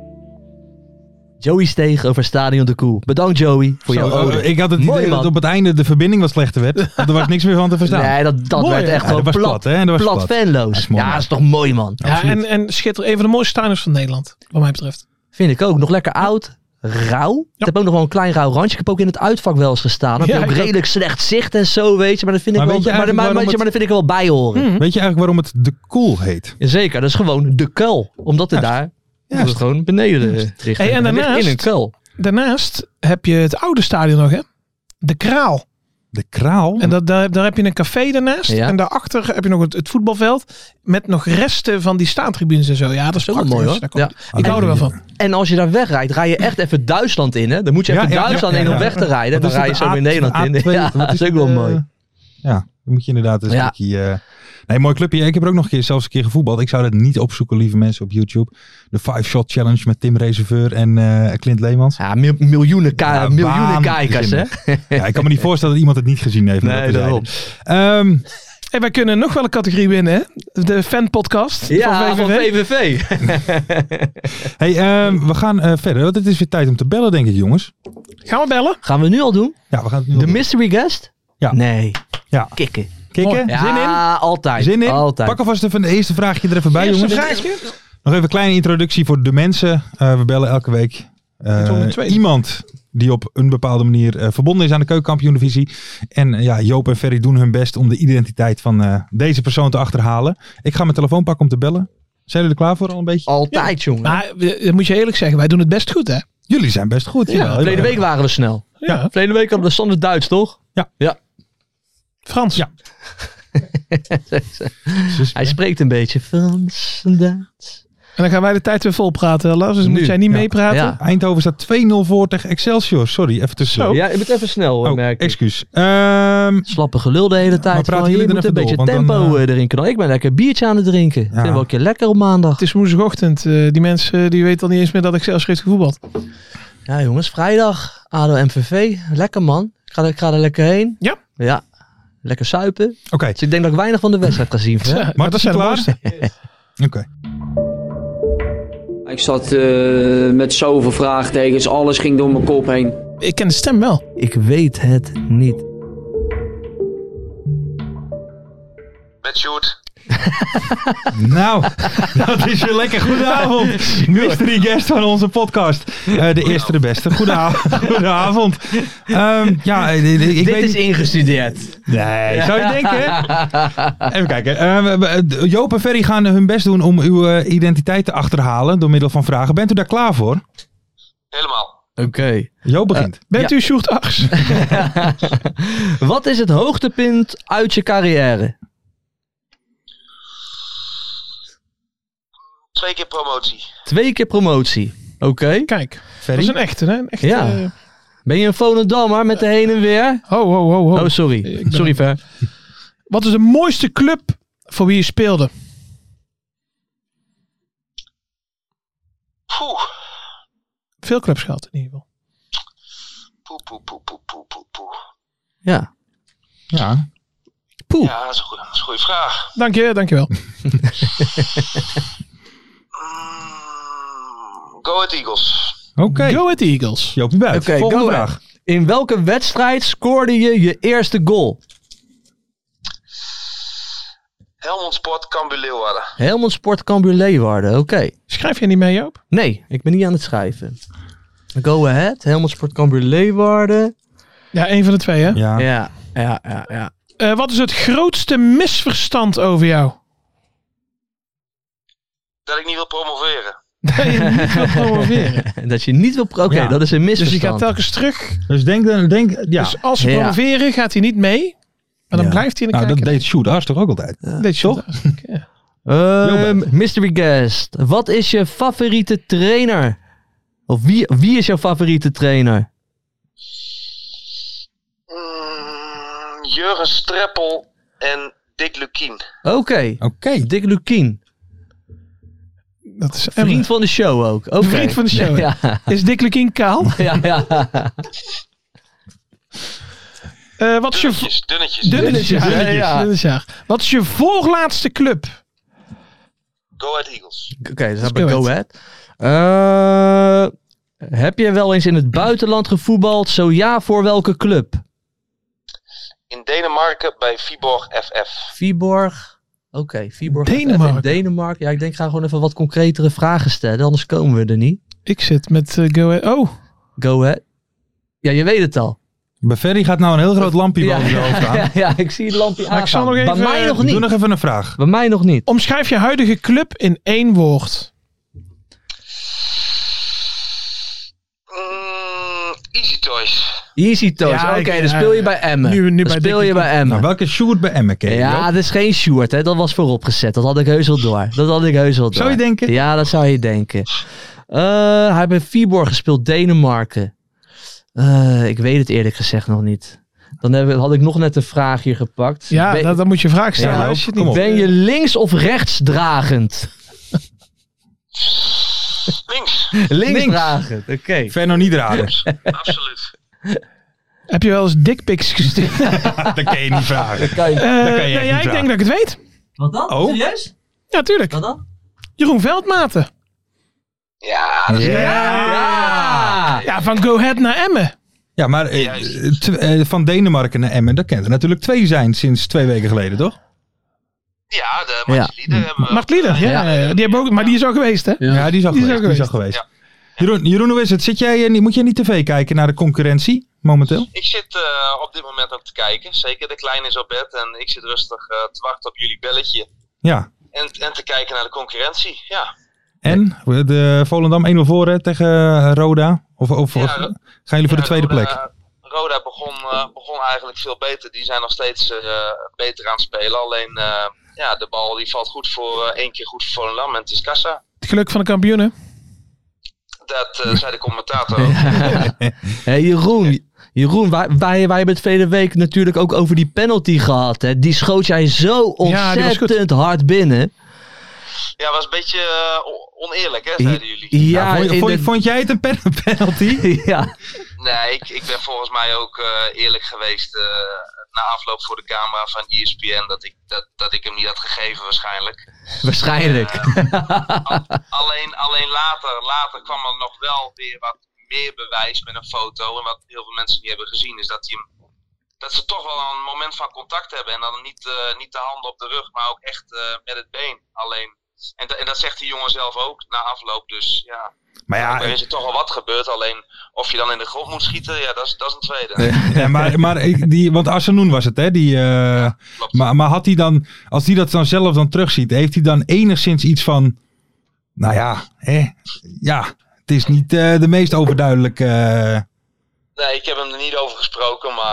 Joey Steeg over Stadion de Koe. Bedankt Joey voor jouw ode. Ik had het idee dat op het einde de verbinding wat slechter werd. Er was niks meer van te verstaan. Nee, dat werd echt gewoon plat fanloos. Ja, dat is toch mooi man. Ja, en schitter een van de mooiste stadions van Nederland, wat mij betreft. Vind ik ook. Nog lekker oud. Rauw. Ik heb ook nog wel een klein rauw randje. Ik heb ook in het uitvak wel eens gestaan. Dan heb je ook redelijk slecht zicht en zo, weet je. Maar dat vind ik wel, maar dat vind ik wel bijhoren. Weet je eigenlijk waarom het de Koel heet? Zeker, dat is gewoon de kuil. Omdat het daar gewoon beneden ligt. Hey, en daarnaast, in een kuil. Daarnaast heb je het oude stadion nog, hè? De Kraal. De Kraal? En daar heb je een café daarnaast. Ja. En daarachter heb je nog het voetbalveld. Met nog resten van die staantribunes en zo. Ja, dat is ook mooi hoor. Ik hou er wel van. En als je daar wegrijdt, rij je echt even Duitsland in. Hè? Dan moet je even Duitsland in om weg te rijden. Dan rij je zo weer Nederland in. Ja, dat is ook wel mooi. Ja, dan moet je inderdaad een stukje... Nee, mooi clubje. Ik heb er ook nog zelfs een keer gevoetbald. Ik zou dat niet opzoeken, lieve mensen, op YouTube. De 5-shot challenge met Tim Reserveur en Clint Leemans. Ja, miljoenen kijkers, hè? Ja, ik kan me niet voorstellen dat iemand het niet gezien heeft. Nee, daarom. Hey, wij kunnen nog wel een categorie winnen, hè? De fanpodcast van VVV. Hey, we gaan verder. Want het is weer tijd om te bellen, denk ik, jongens. Gaan we bellen? Gaan we nu al doen? Ja, we gaan het nu al doen. De mystery guest? Ja. Nee. Ja. Kikken? Ja, zin in? Altijd. Zin in? Altijd. Pak alvast even de eerste vraagje er even bij, jongens. Nog even een kleine introductie voor de mensen. We bellen elke week iemand die op een bepaalde manier verbonden is aan de Keukenkampioen-divisie. En Joop en Ferry doen hun best om de identiteit van deze persoon te achterhalen. Ik ga mijn telefoon pakken om te bellen. Zijn jullie er klaar voor al een beetje? Altijd, jongen. Maar dat moet je eerlijk zeggen, wij doen het best goed, hè? Jullie zijn best goed. Ja, verleden week waren we snel. Ja. Verleden week hadden we standaard Duits, toch? Ja. Frans. Ja. Hij spreekt een beetje Frans en Duits. En dan gaan wij de tijd weer vol praten, Lars. Dus moet jij niet meepraten. Ja. Eindhoven staat 2-0 voor tegen Excelsior. Sorry, even tussendoor. Ja, je moet even snel, merk ik. Excuus. Slappe gelul de hele tijd. Je moet een beetje tempo erin knallen. Ik ben lekker biertje aan het drinken. Vind ik wel een keer lekker op maandag. Het is woensdagochtend. Die mensen die weten al niet eens meer dat Excelsior heeft gevoetbald. Ja jongens, vrijdag. ADO MVV. Lekker man. Ik ga er lekker heen. Ja. Lekker suipen. Oké. Dus ik denk dat ik weinig van de wedstrijd ga zien. Maar dat is klaar? Oké. Ik zat met zoveel vraagtekens. Alles ging door mijn kop heen. Ik ken de stem wel. Ik weet het niet. Met Sjoerd. Nou, dat is weer lekker. Goedenavond. Mystery guest van onze podcast. De eerste, de beste. Goedenavond. Dit is ingestudeerd. Nee, zou je denken? Even kijken. Joop en Ferry gaan hun best doen om uw identiteit te achterhalen door middel van vragen. Bent u daar klaar voor? Helemaal. Oké. Joop begint. Bent u Sjoerd Ars? Wat is het hoogtepunt uit je carrière? 2 keer promotie. 2 keer promotie. Oké. Kijk, Ferry? Dat is een echte, hè? Een echte, Ben je een Volendammer met de heen en weer? Ho. Oh, sorry. Sorry, Ver. Wat is de mooiste club voor wie je speelde? Poeh. Veel clubs gehad in ieder geval. Poeh. Ja. Poeh. Ja, dat is een goede vraag. Dankjewel. Go Ahead Eagles. Oké. Go Ahead Eagles. Joopie Buit. Volgende vraag. In welke wedstrijd scoorde je eerste goal? Helmond Sport Cambuur Leeuwarden. Helmond Sport Cambuur Leeuwarden, oké. Schrijf je niet mee, Joop? Nee, ik ben niet aan het schrijven. Go Ahead, Helmond Sport Cambuur Leeuwarden. Ja, één van de twee, hè? Ja. Wat is het grootste misverstand over jou? Dat ik niet wil promoveren. Dat je niet wil promoveren. Dat je niet wil promoveren. Oké, dat is een misverstand. Dus je gaat telkens terug. Dus dus als ze promoveren gaat hij niet mee. Maar dan blijft hij in de kijker. Dat deed Sjoerd Ars toch ook altijd? Deed Sjoerd Mystery guest. Wat is je favoriete trainer? Of wie is jouw favoriete trainer? Jurgen Streppel en Dick Lukien. Oké. Dick Lukien. Dat is vriend van de show ook. Okay. Vriend van de show. Ja. Is Dick Lukien kaal? Ja. Wat is je Dunnetjes. Ja. Wat is je voorlaatste club? Go Ahead Eagles. Oké, dus heb ik Go Ahead. Heb je wel eens in het buitenland gevoetbald? Zo ja, voor welke club? In Denemarken bij Viborg FF. Viborg. Oké, Viborg Denemarken. FF in Denemarken. Ja, ik denk, ga gewoon even wat concretere vragen stellen. Anders komen we er niet. Ik zit met Go Ahead. Oh. Go Ahead. Ja, je weet het al. Bij Ferry gaat nou een heel groot lampje boven je hoofd aan. Ja, ik zie het lampje aan. Ik zal nog even, bij mij nog niet. Doe nog even een vraag. Bij mij nog niet. Omschrijf je huidige club in 1 woord. Easy Toys. Easy Toys. Ja, Oké, dan speel je bij Emmen. Nu dan speel je bij Emmen. Nou, welke Sjoerd bij Emmen ken je? Ja, dat is geen Sjoerd. Hè. Dat was vooropgezet. Dat had ik heus wel door. Zou je denken? Ja, dat zou je denken. Hij heeft bij Viborg gespeeld, Denemarken. Ik weet het eerlijk gezegd nog niet. Dan had ik nog net een vraag hier gepakt. Ja, dan moet je vraag stellen. Ja, als je niet... Ben je links of rechtsdragend? Linksdragend, oké. Ver niet raden. Absoluut. Heb je wel eens dickpics gestuurd? Dat kan je niet vragen. Dat kan je ik denk dat ik het weet. Wat dan? Oh? Serieus? Ja, tuurlijk. Wat dan? Jeroen Veldmaten. Ja, dat is Ja, van Go Ahead naar Emmen. Ja, maar van Denemarken naar Emmen, dat kan er natuurlijk 2 zijn sinds 2 weken geleden, toch? Ja, de Mart Lieder hebben we. Mart Lieder, ja. Die hebben ook, maar die is al geweest, hè? Ja, die is al geweest. Ja. Jeroen, hoe is het? Moet jij niet tv kijken naar de concurrentie momenteel? Ik zit op dit moment ook te kijken. Zeker, de kleine is op bed en ik zit rustig te wachten op jullie belletje. Ja. En te kijken naar de concurrentie, ja. En? De Volendam 1-0 voor tegen Roda? Of gaan jullie voor de tweede plek? Roda begon eigenlijk veel beter. Die zijn nog steeds beter aan het spelen. Alleen de bal die valt goed voor 1 keer goed voor Volendam en het is kassa. Het geluk van de kampioenen. Dat zei de commentator ook. Hey, Jeroen, wij hebben het verleden week natuurlijk ook over die penalty gehad. Hè? Die schoot jij zo ontzettend hard binnen. Ja, was een beetje oneerlijk, hè, zeiden jullie. Ja, vond jij het een penalty? Ja. Nee, ik ben volgens mij ook eerlijk geweest na afloop voor de camera van ESPN dat ik hem niet had gegeven waarschijnlijk. Waarschijnlijk. Alleen later kwam er nog wel weer wat meer bewijs met een foto. En wat heel veel mensen niet hebben gezien is dat ze toch wel een moment van contact hebben. En dan niet de handen op de rug, maar ook echt met het been. Alleen. En dat zegt die jongen zelf ook na afloop. Dus ja, maar er is er toch al wat gebeurd. Alleen of je dan in de grond moet schieten, ja, dat is een tweede. Ja, want Asanoen was het, hè? Maar had hij dan, als hij dat dan zelf dan terugziet, heeft hij dan enigszins iets van, nou ja, het is niet de meest overduidelijke. Nee, ik heb hem er niet over gesproken, maar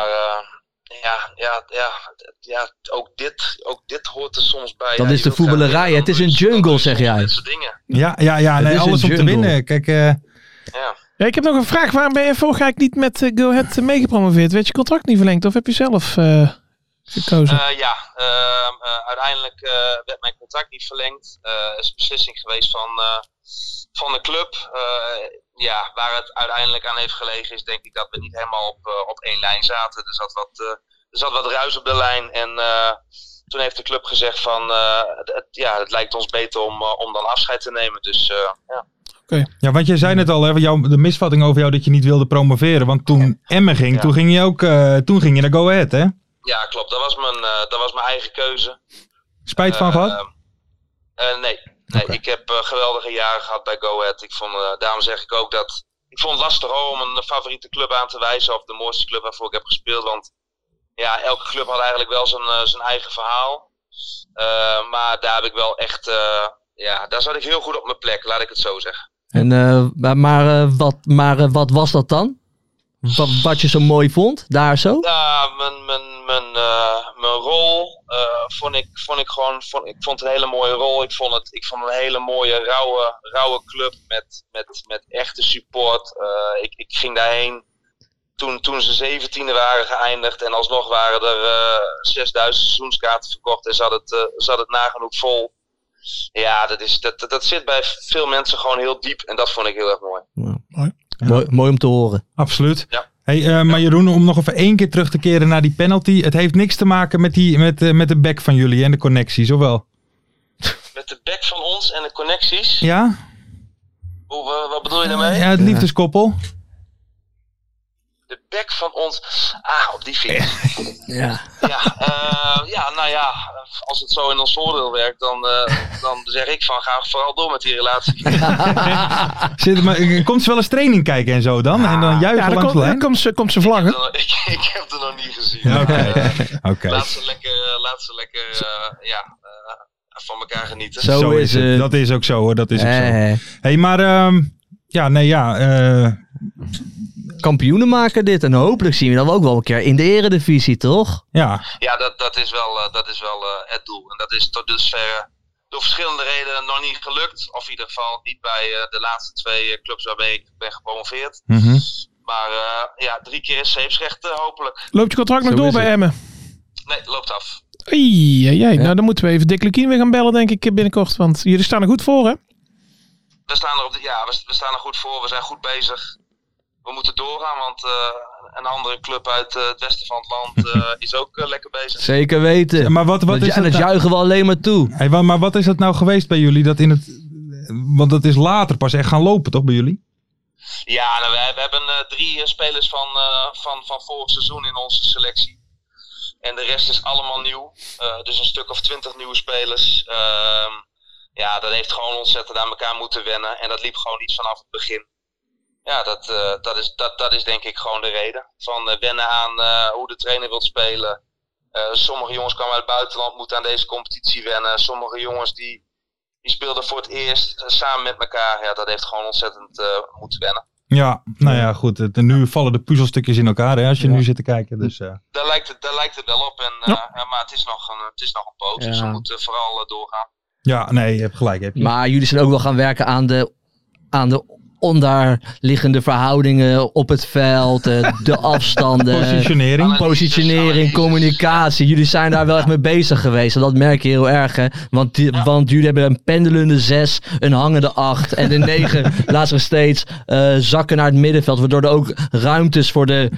ook dit hoort er soms bij. Dat is de voetballerij. Het is een jungle, zeg jij. Ja, alles om te winnen. Kijk, Ja, ik heb nog een vraag. Waarom ben je vorig jaar niet met Go Ahead meegepromoveerd? Werd je contract niet verlengd of heb je zelf gekozen? Uiteindelijk werd mijn contract niet verlengd. Het is een beslissing geweest van de club. Waar het uiteindelijk aan heeft gelegen is denk ik dat we niet helemaal op één lijn zaten. Er zat wat ruis op de lijn en toen heeft de club gezegd van het lijkt ons beter om dan afscheid te nemen. Dus Okay. Ja, want je zei net al, hè, de misvatting over jou dat je niet wilde promoveren. Want toen Emmen ging, toen ging je ook toen ging je naar Go Ahead, hè? Ja, klopt. Dat was mijn eigen keuze. Spijt van gehad? Nee. Okay. Ik heb geweldige jaren gehad bij Go Ahead. Daarom zeg ik ook dat... Ik vond het lastig om een favoriete club aan te wijzen. Of de mooiste club waarvoor ik heb gespeeld. Want ja, elke club had eigenlijk wel zijn eigen verhaal. Maar daar heb ik wel echt... daar zat ik heel goed op mijn plek, laat ik het zo zeggen. En, wat was dat dan? Wat je zo mooi vond, daar zo? Ja, mijn rol vond ik vond een hele mooie rol. Ik vond een hele mooie, rauwe club met echte support. Ik ging daarheen toen ze 17e waren geëindigd en alsnog waren er 6000 seizoenskaarten verkocht en zat het nagenoeg vol. Ja, dat zit bij veel mensen gewoon heel diep en dat vond ik heel erg mooi. Ja. Mooi om te horen. Absoluut. Ja. Hey, maar Jeroen, om nog even 1 keer terug te keren naar die penalty. Het heeft niks te maken met de back van jullie en de connecties, of wel? Met de back van ons en de connecties? Ja. Wat bedoel je daarmee? Ja, het liefdeskoppel. De back van ons... op die fiets. Ja. Als het zo in ons voordeel werkt, dan zeg ik van ga vooral door met die relatie. Komt ze wel eens training kijken en zo dan? En dan juichen langs de lijn? Komt ze vlaggen? Ik heb het nog niet gezien. Oké. Laat ze lekker van elkaar genieten. Zo is het. Dat is ook zo hoor, dat is ook zo. Hey, maar kampioenen maken dit en hopelijk zien we dan ook wel een keer in de eredivisie, toch? Ja, dat is wel het doel. En dat is tot dusver door verschillende redenen nog niet gelukt. Of in ieder geval niet bij de laatste 2 clubs waarmee ik ben gepromoveerd. Mm-hmm. Maar 3 keer is scheepsrecht hopelijk. Loopt je contract nog door bij Emmen? Nee, loopt af. Ja. Nou, dan moeten we even Dick Lukien weer gaan bellen, denk ik, binnenkort. Want jullie staan er goed voor, hè? We staan er goed voor. We zijn goed bezig. We moeten doorgaan, want een andere club uit het westen van het land is ook lekker bezig. Zeker weten. Ja, maar wat is en het juichen we alleen maar toe. Hey, maar wat is het nou geweest bij jullie? Want dat is later pas echt gaan lopen, toch, bij jullie? Ja, we hebben 3 spelers van vorig seizoen in onze selectie. En de rest is allemaal nieuw. Dus een stuk of 20 nieuwe spelers. Dat heeft gewoon ontzettend aan elkaar moeten wennen. En dat liep gewoon niet vanaf het begin. Ja, dat is denk ik gewoon de reden. Van wennen aan hoe de trainer wil spelen. Sommige jongens kwamen uit het buitenland, moeten aan deze competitie wennen. Sommige jongens die speelden voor het eerst samen met elkaar. Ja, dat heeft gewoon ontzettend moeten wennen. Ja, nou ja, goed. Nu vallen de puzzelstukjes in elkaar, hè, als je nu zit te kijken. Dus, Daar lijkt het wel op. Maar het is nog een poos, dus we moeten vooral doorgaan. Ja, nee, je hebt gelijk. Maar jullie zijn ook wel gaan werken aan de onderliggende verhoudingen op het veld, de afstanden, positionering, communicatie. Jullie zijn daar wel echt mee bezig geweest. En dat merk je heel erg, hè? Want jullie hebben een pendelende 6, een hangende 8 en de 9 laat zich steeds zakken naar het middenveld, waardoor er ook ruimtes voor de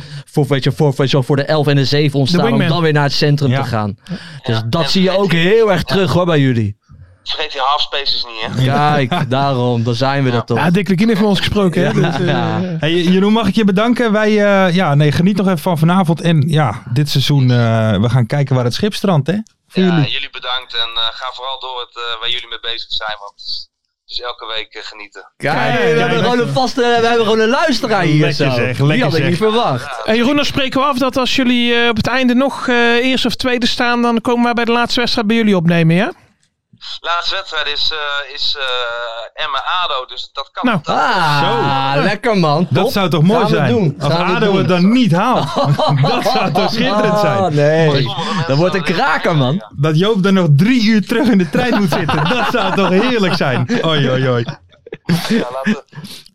11 en de 7 ontstaan om dan weer naar het centrum te gaan. Dus dat zie je ook heel erg terug hoor bij jullie. Vergeet die half spaces niet, hè? Kijk, daarom. Dan zijn we er toch. Ja, Dick Lukien heeft met ons gesproken, hè? Dus, Hey, Jeroen, mag ik je bedanken? Wij geniet nog even van vanavond. En dit seizoen, we gaan kijken waar het schip strandt, hè? Voor jullie bedankt. En ga vooral door waar jullie mee bezig zijn. Want het is elke week genieten. Kijk, we hebben gewoon een luisteraar hier. Lekker zeg, die had ik niet verwacht. Jeroen, dan spreken we af dat als jullie op het einde nog eerste of tweede staan, dan komen wij bij de laatste wedstrijd bij jullie opnemen, ja? Laatste wedstrijd is Emmen-ADO, dus dat kan. Nou, lekker man. Top. Dat zou toch mooi zijn? Als ADO het dan niet haalt. Dat zou toch schitterend zijn? Nee, dat wordt een kraker, man. Dat Joop dan nog 3 uur terug in de trein moet zitten. Dat zou toch heerlijk zijn? Oei. Ja,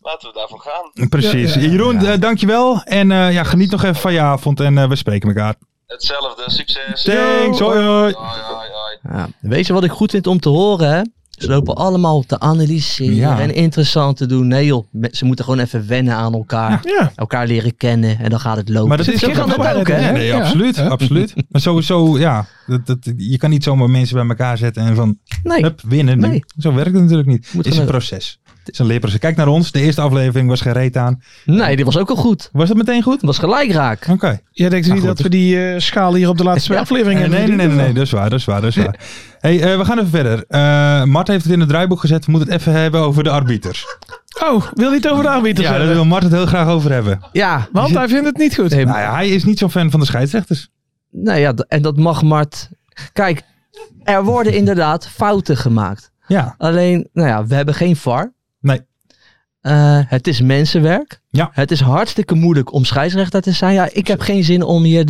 Laten we daarvan gaan. Precies. Jeroen, dankjewel. En geniet nog even van je avond en we spreken elkaar. Hetzelfde, succes. Thanks, hoi. Ja, weet je wat ik goed vind om te horen, hè? Ze lopen allemaal te analyseren en interessant te doen. Nee joh, ze moeten gewoon even wennen aan elkaar. Ja. Elkaar leren kennen en dan gaat het lopen. Maar dat is ook, hè? Nee, absoluut. Absoluut. Maar sowieso, je kan niet zomaar mensen bij elkaar zetten en van, winnen. Nee. Zo werkt het natuurlijk niet. Het is een proces. Het is een leerproces. Kijk naar ons. De eerste aflevering was geen reet aan. Nee, die was ook al goed. Was dat meteen goed? Het was gelijk raak. Oké. Jij denkt niet dat we die schaal hier op de laatste aflevering hebben? Nee. Dat is waar. Hey, we gaan even verder. Mart heeft het in het draaiboek gezet. We moeten het even hebben over de arbiters. Oh, wil hij het over de arbiters hebben? Ja, daar wil Mart het heel graag over hebben. Ja. Want hij vindt het niet goed. Nee, hij is niet zo'n fan van de scheidsrechters. Nou ja, en dat mag Mart. Kijk, er worden inderdaad fouten gemaakt. Ja. Alleen, we hebben geen VAR. Nee. Het is mensenwerk. Ja. Het is hartstikke moeilijk om scheidsrechter te zijn. Ja, ik heb geen zin om hier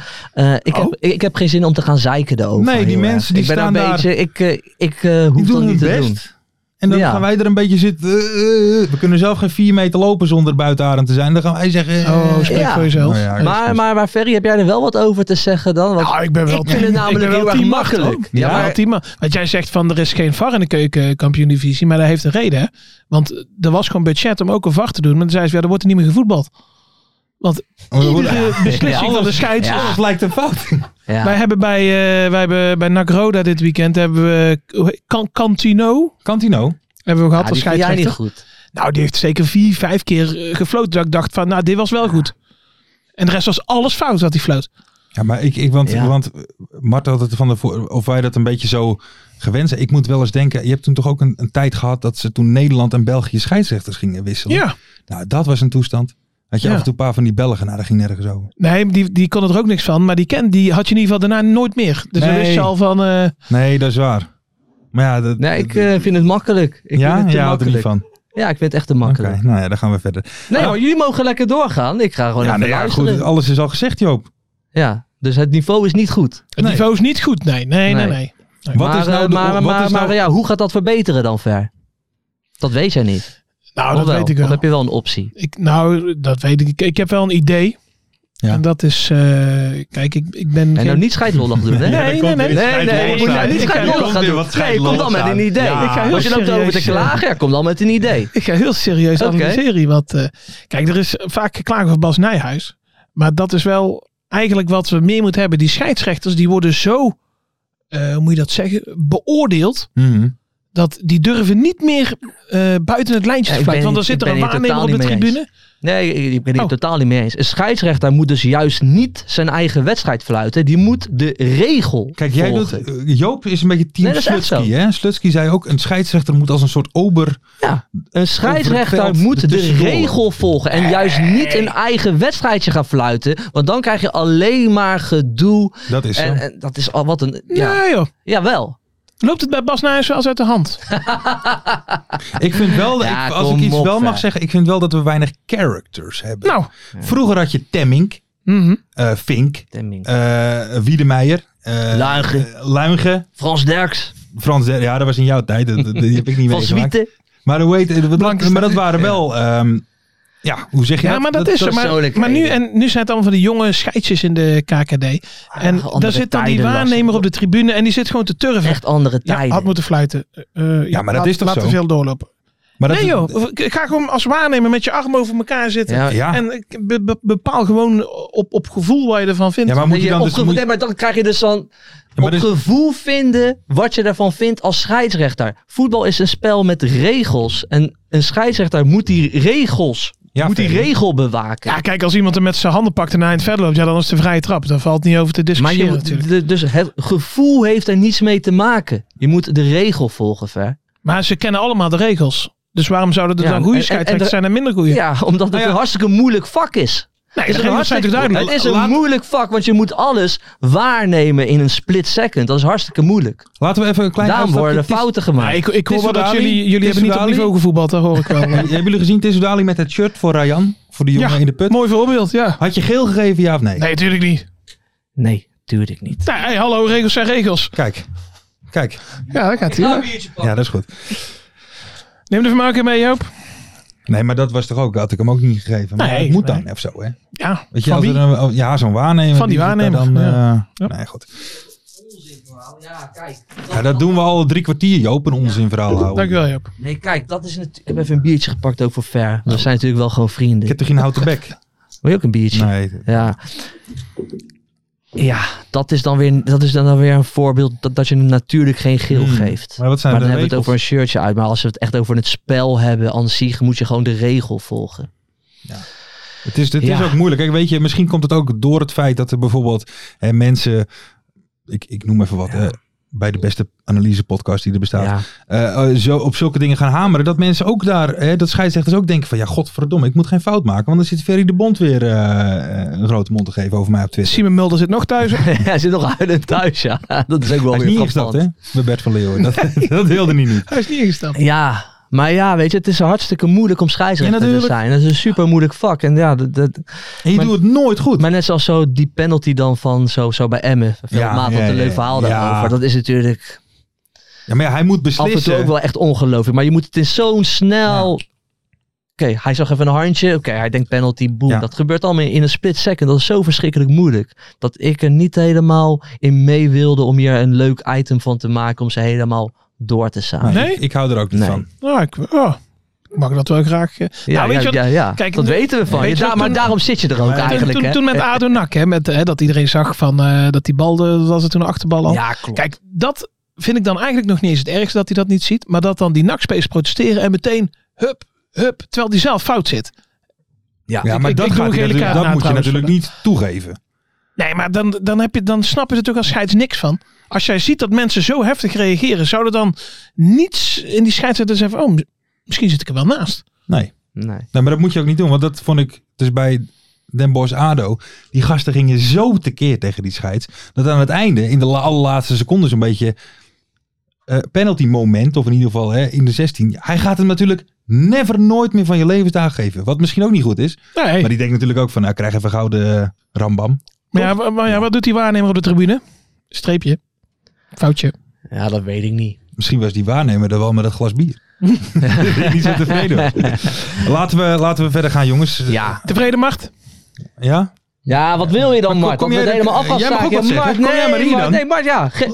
ik heb geen zin om te gaan zeiken erover. Nee, die mensen die staan daar. Ik hoef dat niet te doen. En dan gaan wij er een beetje zitten. We kunnen zelf geen 4 meter lopen zonder buitenadem te zijn. Dan gaan wij zeggen. Spreek voor jezelf. Maar Ferry, heb jij er wel wat over te zeggen dan? Want ik vind het namelijk heel erg makkelijk. Want jij zegt van er is geen VAR in de keukenkampioen-divisie. Maar dat heeft een reden. Hè? Want er was gewoon budget om ook een VAR te doen. Maar dan zei ze, er wordt er niet meer gevoetbald. Want iedere beslissing van de scheidsrechter. Alles lijkt een fout. Ja. Wij hebben bij NAC Roda dit weekend hebben we Cantino hebben we gehad als scheidsrechter. Jij niet goed. Nou, die heeft zeker 4-5 keer gefloten. Dat ik dacht van, dit was wel goed. En de rest was alles fout wat hij floot. Ja, maar want Mart had het of wij dat een beetje zo gewend zijn. Ik moet wel eens denken, je hebt toen toch ook een tijd gehad dat ze toen Nederland en België scheidsrechters gingen wisselen. Ja. Nou, dat was een toestand. Had je af en toe een paar van die Belgen, dat ging nergens over. Nee, die kon er ook niks van. Maar die had je in ieder geval daarna nooit meer. Dus dan wist je al van... Nee, dat is waar. Maar ja, ik vind het makkelijk. Jij houdt er niet van? Ja, ik vind het echt te makkelijk. Okay, nou ja, dan gaan we verder. Nee, maar jullie mogen lekker doorgaan. Ik ga gewoon even luisteren. Goed, alles is al gezegd, Joop. Ja, dus het niveau is niet goed. Het niveau is niet goed, nee. Maar hoe gaat dat verbeteren dan, Ver? Dat weet jij niet. Nou, dat weet ik wel. Of heb je wel een optie? Dat weet ik. Ik heb wel een idee. Ja. En dat is... kijk, ik ben... En nou niet scheidlollig doen, hè? Nee. Je moet nou niet scheidlollig gaan doen. Nee, kom dan met een idee. Als je loopt over te klagen, kom dan met een idee. Ik ga heel serieus analyseren. Want kijk, er is vaak geklaagd over Bas Nijhuis. Maar dat is wel eigenlijk wat we meer moeten hebben. Die scheidsrechters, die worden zo... hoe moet je dat zeggen? Beoordeeld... Mm-hmm. Dat die durven niet meer buiten het lijntje te fluiten. Want dan zit er een waarnemer op de tribune. Nee, ik ben het totaal niet mee eens. Een scheidsrechter moet dus juist niet zijn eigen wedstrijd fluiten. Die moet de regel volgen. Joop is een beetje team Slutsky. Hè? Slutsky zei ook, een scheidsrechter moet als een soort ober... Ja, een scheidsrechter moet de regel volgen. En juist niet een eigen wedstrijdje gaan fluiten. Want dan krijg je alleen maar gedoe. Dat is zo. En dat is al wat een... Ja, joh. Jawel. Loopt het bij Bas Nijhuis wel eens uit de hand? Ik vind wel, als ik iets wel mag zeggen, ik vind wel dat we weinig characters hebben. Nou. Vroeger had je Temmink, Fink, Wiedemeijer, Luinge, Frans Derks, ja, dat was in jouw tijd, die heb ik niet meegemaakt. Maar hoe heet maar dat waren wel... hoe zeg je dat? Maar dat is er. Maar nu zijn het allemaal van die jonge scheidjes in de KKD. En daar zit dan die waarnemer op de tribune en die zit gewoon te turven. Echt andere tijden. Ja, had moeten fluiten. Maar dat is toch zo? Laat te veel doorlopen. Maar ga gewoon als waarnemer met je arm over elkaar zitten. Ja. En bepaal gewoon op gevoel wat je ervan vindt. Ja, maar moet je dan maar dan krijg je dus dan... op gevoel vinden wat je ervan vindt als scheidsrechter. Voetbal is een spel met regels. En een scheidsrechter moet die regels... moet die regel bewaken. Ja, kijk, als iemand er met zijn handen pakt en naar het verder loopt, dan is het een vrije trap. Daar valt niet over te discussiëren natuurlijk. Dus het gevoel heeft er niets mee te maken. Je moet de regel volgen, Ver. Maar ze kennen allemaal de regels. Dus waarom zouden er dan goede scheidsrechters zijn en minder goede? Ja, omdat het een hartstikke moeilijk vak is. Nee, het is een moeilijk vak, want je moet alles waarnemen in een split second. Dat is hartstikke moeilijk. Laten we even een klein... Daarom worden fouten gemaakt. Ja, ik hoor wel dat jullie hebben niet op niveau gevoetbald, dat hoor ik wel. Hebben jullie gezien Tissoudali met het shirt voor Rayan? Voor die jongen in de put? Mooi voorbeeld, ja. Had je geel gegeven, ja of nee? Nee, natuurlijk niet. Nee, natuurlijk niet. Nee, hallo, regels zijn regels. Kijk. Ja, dat gaat hier. Ja, dat is goed. Neem de vermaken mee, Joop. Nee, maar dat was toch ook, had ik hem ook niet gegeven. Maar het moet dan of zo, hè? Ja, weet je, als er zo'n waarnemer. Van die waarnemer. Dan, nee, goed. Ja, kijk. Ja, dat doen we al 3 kwartier, Joop, een onzinverhaal houden. Dankjewel, Joop. Nee, kijk, dat is ik heb even een biertje gepakt ook voor Ver. We zijn natuurlijk wel gewoon vrienden. Ik heb toch geen houten bek? Wil je ook een biertje? Nee. Ja. Ja, dat is dan weer een voorbeeld dat je hem natuurlijk geen geel geeft. Maar wat zijn dan de hebben we regels? het over een shirtje uit. Maar als we het echt over het spel hebben aan zich, moet je gewoon de regel volgen. Ja. Het is ook moeilijk. Kijk, weet je, misschien komt het ook door het feit dat er bijvoorbeeld mensen, ik noem even wat, bij de beste analysepodcast die er bestaat, zo op zulke dingen gaan hameren, dat mensen ook daar, dat scheidsrechters ook denken van, ja, godverdomme, ik moet geen fout maken, want dan zit Ferry de Bond weer een grote mond te geven over mij op Twitter. Simon Mulder zit nog thuis. Hij zit nog uit thuis, ja. Dat is ook wel hij weer is niet ingestapt, hè? Bij Bert van Leeuwen. Dat wilde hij niet. Hij is niet ingestapt. Ja. Maar ja, weet je, het is hartstikke moeilijk om scheidsrechter te zijn. Dat is een super moeilijk vak. En ja, en je doet het nooit goed. Maar net zoals zo die penalty dan van zo bij Emmen. Maat op een leuk verhaal daarover. Dat is natuurlijk... Ja, maar hij moet beslissen. Af en toe ook wel echt ongelooflijk. Maar je moet het in zo'n snel... Ja. Oké, hij zag even een handje. Oké, hij denkt penalty, boom. Ja. Dat gebeurt allemaal in een split second. Dat is zo verschrikkelijk moeilijk. Dat ik er niet helemaal in mee wilde om hier een leuk item van te maken. Om ze helemaal door te staan. Nee? Ik hou er ook niet van. Nou, ik mag dat wel graag. Kijk, dat weten we van je. Maar daarom zit je er ook eigenlijk. Toen met ADO NAC, dat iedereen zag van dat die bal, dat was het toen een achterbal al. Ja, klopt. Kijk, dat vind ik dan eigenlijk nog niet eens het ergste dat hij dat niet ziet. Maar dat dan die NAC-spelers protesteren en meteen hup, terwijl die zelf fout zit. Ja, maar dat moet je natuurlijk niet toegeven. Nee, maar dan snap je er natuurlijk als scheids niks van. Als jij ziet dat mensen zo heftig reageren, zou er dan niets in die scheidsrechter zeggen van, misschien zit ik er wel naast. Nee, maar dat moet je ook niet doen. Want dat vond ik dus bij Den Bosch ADO. Die gasten gingen zo tekeer tegen die scheids. Dat aan het einde, in de allerlaatste seconde zo'n beetje penalty moment. Of in ieder geval in de 16. Hij gaat hem natuurlijk nooit meer van je levensdagen geven. Wat misschien ook niet goed is. Nee. Maar die denkt natuurlijk ook van, nou, krijg even gouden rambam. Maar wat doet die waarnemer op de tribune? Streepje. Foutje. Ja, dat weet ik niet. Misschien was die waarnemer er wel met dat glas bier. Niet zo tevreden. Laten we verder gaan, jongens. Ja. Tevreden, Mart? Ja? Ja, wat wil je dan, Mart? Kom jij helemaal af gaan jij mag ook wat zeggen. Kom jij maar hier dan. Nee, Mart,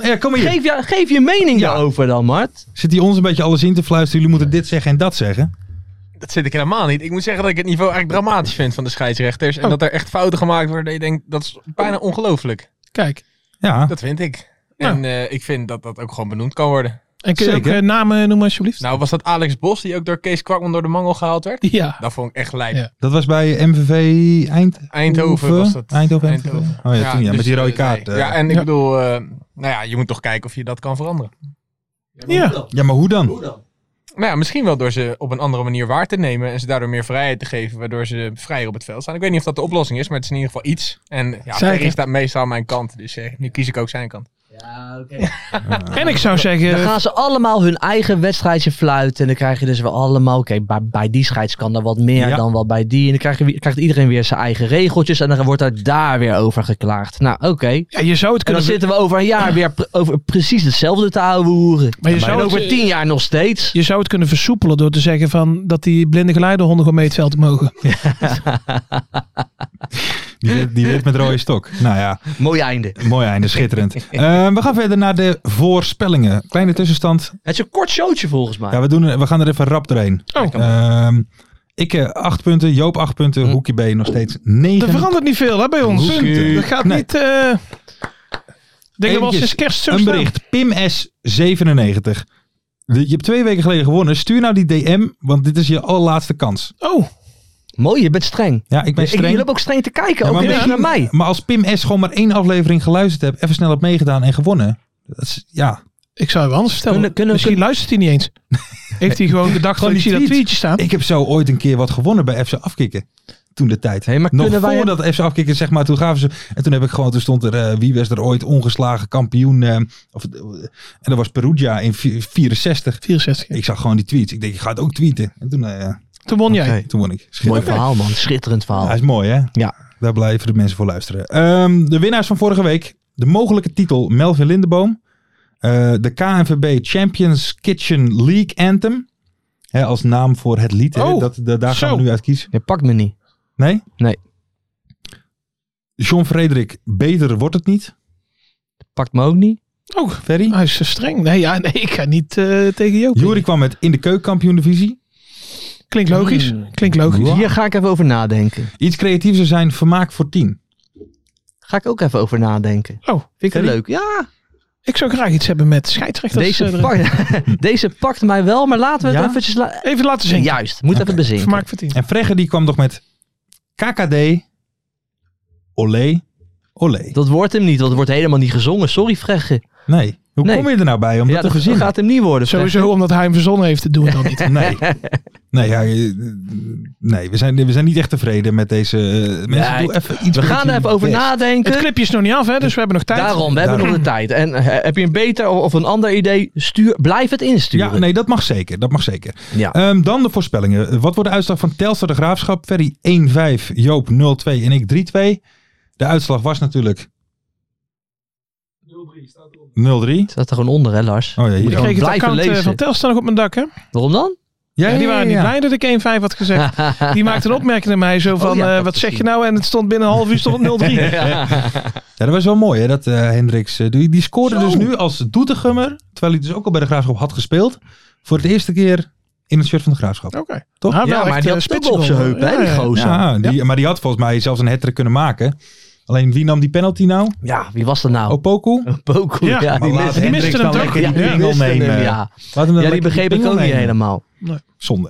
geef je mening daarover dan, Mart. Zit hij ons een beetje alles in te fluisteren? Jullie moeten dit zeggen en dat zeggen. Dat zit ik helemaal niet. Ik moet zeggen dat ik het niveau eigenlijk dramatisch vind van de scheidsrechters. En dat er echt fouten gemaakt worden. Ik denk, dat is bijna ongelooflijk. Kijk. Ja. Dat vind ik. En ik vind dat dat ook gewoon benoemd kan worden. En kun je ook namen noemen alsjeblieft? Nou, was dat Alex Bos die ook door Kees Kwakman door de mangel gehaald werd? Ja. Dat vond ik echt lijp. Ja. Dat was bij MVV Eindhoven was dat. Eindhoven. Oh ja, toen dus, met die rode kaart. Ja, en ik bedoel, je moet toch kijken of je dat kan veranderen. Ja, maar hoe dan? Nou ja, misschien wel door ze op een andere manier waar te nemen en ze daardoor meer vrijheid te geven, waardoor ze vrijer op het veld staan. Ik weet niet of dat de oplossing is, maar het is in ieder geval iets. En Ferry staat meestal aan mijn kant, dus nu kies ik ook zijn kant. Ja, oké. En ik zou zeggen... Dan gaan ze allemaal hun eigen wedstrijdje fluiten. En dan krijg je dus wel allemaal... Oké, bij die scheids kan er wat meer dan wat bij die. En dan krijgt iedereen weer zijn eigen regeltjes. En dan wordt er daar weer over geklaagd. Nou, oké. Ja, je zou het kunnen... En dan zitten we over een jaar weer over precies hetzelfde te houden hoeren. Maar je zou over 10 jaar nog steeds. Je zou het kunnen versoepelen door te zeggen van... dat die blinde geleidehonden gewoon mee het veld mogen. Die wit met rode stok. Nou ja. Mooi einde, schitterend. We gaan verder naar de voorspellingen. Kleine tussenstand. Het is een kort showtje volgens mij. Ja, we gaan er even rap doorheen. Ik 8 punten, Joop 8 punten, Hoekie B nog steeds 9. Er verandert niet veel hè, bij ons. Dat gaat niet... Dingen was sinds kerst zo een bericht. Pim S 97. Je hebt 2 weken geleden gewonnen. Stuur nou die DM, want dit is je allerlaatste kans. Oh. Mooi, je bent streng. Ja, ik ben streng. Jullie hebben ook streng te kijken, ook een beetje naar mij. Maar als Pim S gewoon maar 1 aflevering geluisterd heeft, even snel heb meegedaan en gewonnen. Dat is, ja. Ik zou je anders vertellen. Misschien luistert hij niet eens. Heeft hij gewoon gedacht dat ik zie dat tweetje staan? Ik heb zo ooit een keer wat gewonnen bij FC Afkikken. Toen de tijd. Hey, maar nog voordat FC Afkikken, zeg maar, toen gaven ze... En toen heb ik gewoon, toen stond er, wie was er ooit ongeslagen kampioen? En dat was Perugia in 64. Ik zag gewoon die tweets. Ik denk, ik ga het ook tweeten. En toen won jij. Toen won ik. Mooi verhaal, man. Schitterend verhaal. Hij is mooi, hè? Ja. Daar blijven de mensen voor luisteren. De winnaars van vorige week. De mogelijke titel Melvin Lindeboom. De KNVB Champions Kitchen League Anthem. als naam voor het lied. Daar gaan we nu uit kiezen. Je pakt me niet. Nee? Nee. John-Frederik, beter wordt het niet. Pakt me ook niet. Oh, Ferry? Hij is streng. Nee, ik ga niet tegen Joop. Jury kwam met in de keukenkampioen-divisie. Klinkt logisch. Wow. Hier ga ik even over nadenken. Iets creatiever zijn, vermaak voor 10. Ga ik ook even over nadenken. Oh, vind ik het leuk. Ja. Ik zou graag iets hebben met scheidsrechters. Deze pakt mij wel, maar laten we het eventjes... even laten zien. Juist, moet even bezinken. Vermaak voor 10. En Fregge die kwam nog met KKD. Olé. Olé. Dat wordt hem niet, want het wordt helemaal niet gezongen. Sorry, Fregge. Nee. Hoe kom je er nou bij om dat te verzinnen? Dat gaat hem niet worden. Sowieso omdat hij hem verzonnen heeft, te doen dan niet. Nee, we zijn niet echt tevreden met deze mensen. Doe even iets. We gaan er even over nadenken. Het clipje is nog niet af, hè, dus we hebben nog tijd. Daarom, we hebben nog de tijd. En heb je een beter of een ander idee? Blijf het insturen. Ja, nee, dat mag zeker. Ja. Dan de voorspellingen. Wat wordt de uitslag van Telstar de Graafschap? Ferry 1-5, Joop 0-2 en ik 3-2. De uitslag was natuurlijk 0-3. Staat er gewoon onder, hè, Lars? Oh ja, hier ik kreeg het account van Telstar nog op mijn dak, hè? Waarom dan? Ja, die waren niet blij dat ik 1-5 had gezegd. Die maakte een opmerking naar mij zo van, wat zeg je nou? En het stond binnen een half uur stond 0-3. Ja, dat was wel mooi, hè? Dat Hendricks, die scoorde dus nu als Doetinchemmer, terwijl hij dus ook al bij de Graafschap had gespeeld, voor het eerste keer in het shirt van de Graafschap. Oké. Toch? Maar die had spits op zijn heup, hè, die gozer. Maar die had volgens mij zelfs een hat-trick kunnen maken. Alleen wie nam die penalty nou? Ja, wie was dat nou? Opoku? Opoku, ja. Die miste hem toch? Ja, die begreep ik ook niet helemaal. Nee. Zonde.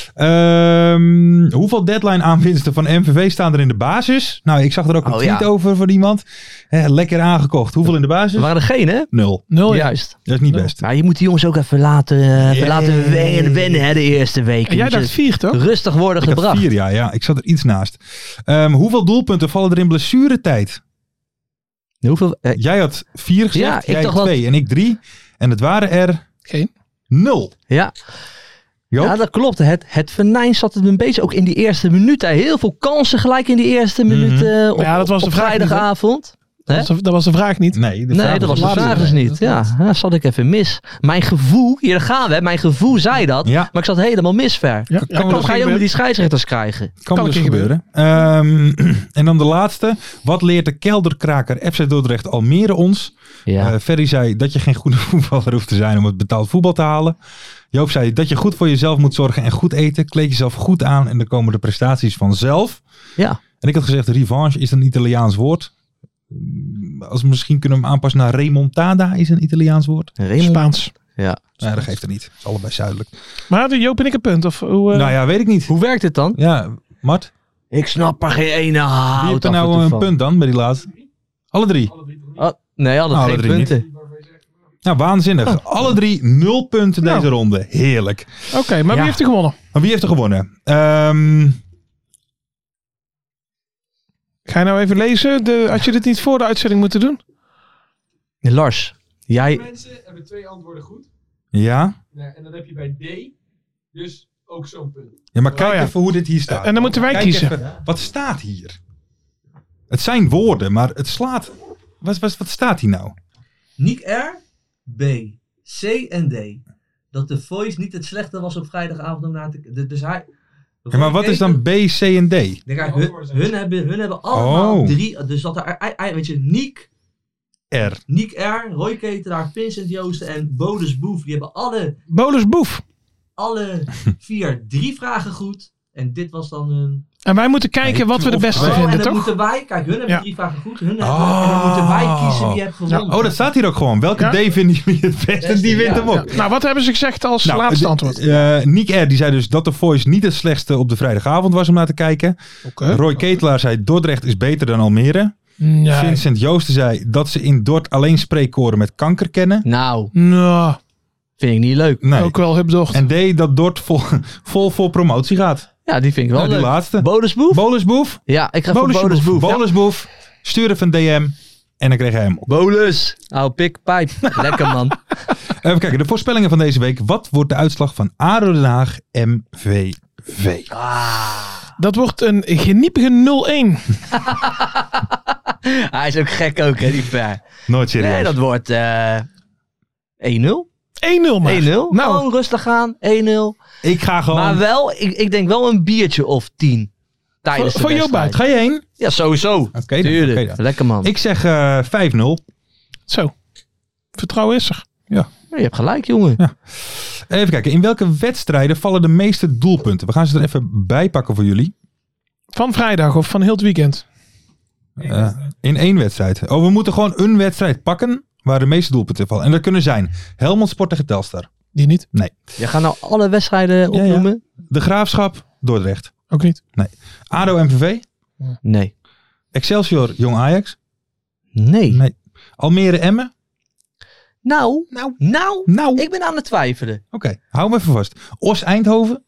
Hoeveel deadline aanwinsten van MVV staan er in de basis? Nou, ik zag er ook een tweet over van iemand. Lekker aangekocht. Hoeveel in de basis? Er waren er geen, hè? 0. Juist. Dat is niet best. Maar je moet die jongens ook even laten wennen, hè, de eerste week. En jij dacht 4, toch? Rustig worden gebracht. Ik had 4, ja. Ik zat er iets naast. Hoeveel doelpunten vallen er in blessuretijd? Hoeveel? Jij had 4 gezegd, jij 2 en ik 3. En het waren er... Geen? 0. Ja. Ja, dat klopt. Het venijn zat het een beetje ook in die eerste minuten. Heel veel kansen gelijk in die eerste minuten op vrijdagavond. Dat was de vraag niet. Nee, dat was de vraag dus niet. Ja, zat ik even mis. Mijn gevoel, hier gaan we. Mijn gevoel zei dat, maar ik zat helemaal misver. Dan ga je ook met die scheidsrechters krijgen. Kan dus gebeuren. En dan de laatste. Wat leert de kelderkraker FC Dordrecht Almere ons? Ferry zei dat je geen goede voetballer hoeft te zijn om het betaald voetbal te halen. Joop zei dat je goed voor jezelf moet zorgen en goed eten. Kleed jezelf goed aan en dan komen de prestaties vanzelf. Ja. En ik had gezegd, revanche is een Italiaans woord. Als we misschien kunnen hem aanpassen naar remontada is een Italiaans woord. Spaans. Ja. Nee, dat geeft er niet. Het is allebei zuidelijk. Maar hadden Joop en ik een punt? Of hoe, Nou ja, weet ik niet. Hoe werkt het dan? Ja, Mart? Ik snap er geen ene hout. Wie heeft er nou een punt dan bij die laatste? Alle 3? Nee, alle 3 punten. Niet. Nou, waanzinnig. Alle 3 0 punten deze ronde. Heerlijk. Oké, maar wie heeft er gewonnen? Maar wie heeft er gewonnen? Ga je nou even lezen? Had je dit niet voor de uitzending moeten doen? Lars, jij... Mensen hebben 2 antwoorden goed. Ja. En dan heb je bij D dus ook zo'n punt. Ja, maar kijk even hoe dit hier staat. En dan moeten wij kiezen. Even, wat staat hier? Het zijn woorden, maar het slaat... Wat staat hier nou? Nick R, B, C en D. Dat de Voice niet het slechte was op vrijdagavond om naar te... Dus hij... Ja, maar wat is dan B, C en D? Hun hebben allemaal 3... Dus dat er... Weet je, Nick R, Roy Ketelaar, Vincent Joosten en Bodus Boef. Die hebben alle 4 3 vragen goed. En dit was dan een... En wij moeten kijken wat we de beste vinden, en dan toch? Moeten wij... Kijk, hun hebben 3 vragen goed. En dan moeten wij kiezen wie heeft gewonnen. Dat staat hier ook gewoon. Welke D vinden jullie het beste? En die wint hem ook. Nou, wat hebben ze gezegd als laatste antwoord? Nick R. die zei dus dat The Voice niet het slechtste op de vrijdagavond was om naar te kijken. Roy Ketelaar zei Dordrecht is beter dan Almere. Nee. Vincent Joosten zei dat ze in Dort alleen spreekkoren met kanker kennen. Nou. Vind ik niet leuk. Nee. Ook wel hupdocht. En D. dat Dort vol voor promotie gaat. Ja, die vind ik wel leuk. Die laatste. Bolus Boef? Ja, ik ga voor Bolus Boef. Bolus Boef. Stuur even een DM. En dan kreeg hij hem op. Bolus. Pik, pijp. Lekker man. Even kijken, de voorspellingen van deze week. Wat wordt de uitslag van ADO Den Haag MVV? Dat wordt een geniepige 0-1. Hij is ook gek ook, hè, die Per. Nooit serieus. Nee, dat wordt 1-0. 1-0 maar. 1-0. Nou, rustig aan. 1-0. Ik ga gewoon... Maar wel, ik denk wel een biertje of 10. Tijdens de wedstrijd. Joop uit. Ga je heen? Ja, sowieso. Oké, tuurlijk. Dan. Lekker man. Ik zeg 5-0. Zo. Vertrouwen is er. Ja. Je hebt gelijk, jongen. Ja. Even kijken. In welke wedstrijden vallen de meeste doelpunten? We gaan ze er even bij pakken voor jullie. Van vrijdag of van heel het weekend? In 1 wedstrijd. We moeten gewoon een wedstrijd pakken waar de meeste doelpunten vallen. En dat kunnen zijn Helmond Sport tegen Telstar. Die niet? Nee. Je gaat nou alle wedstrijden opnoemen? Ja. De Graafschap, Dordrecht. Ook niet. Nee. ADO MVV? Nee. Excelsior, Jong Ajax? Nee. Almere Emmen? Nou, ik ben aan het twijfelen. Oké, hou me even vast. Os Eindhoven?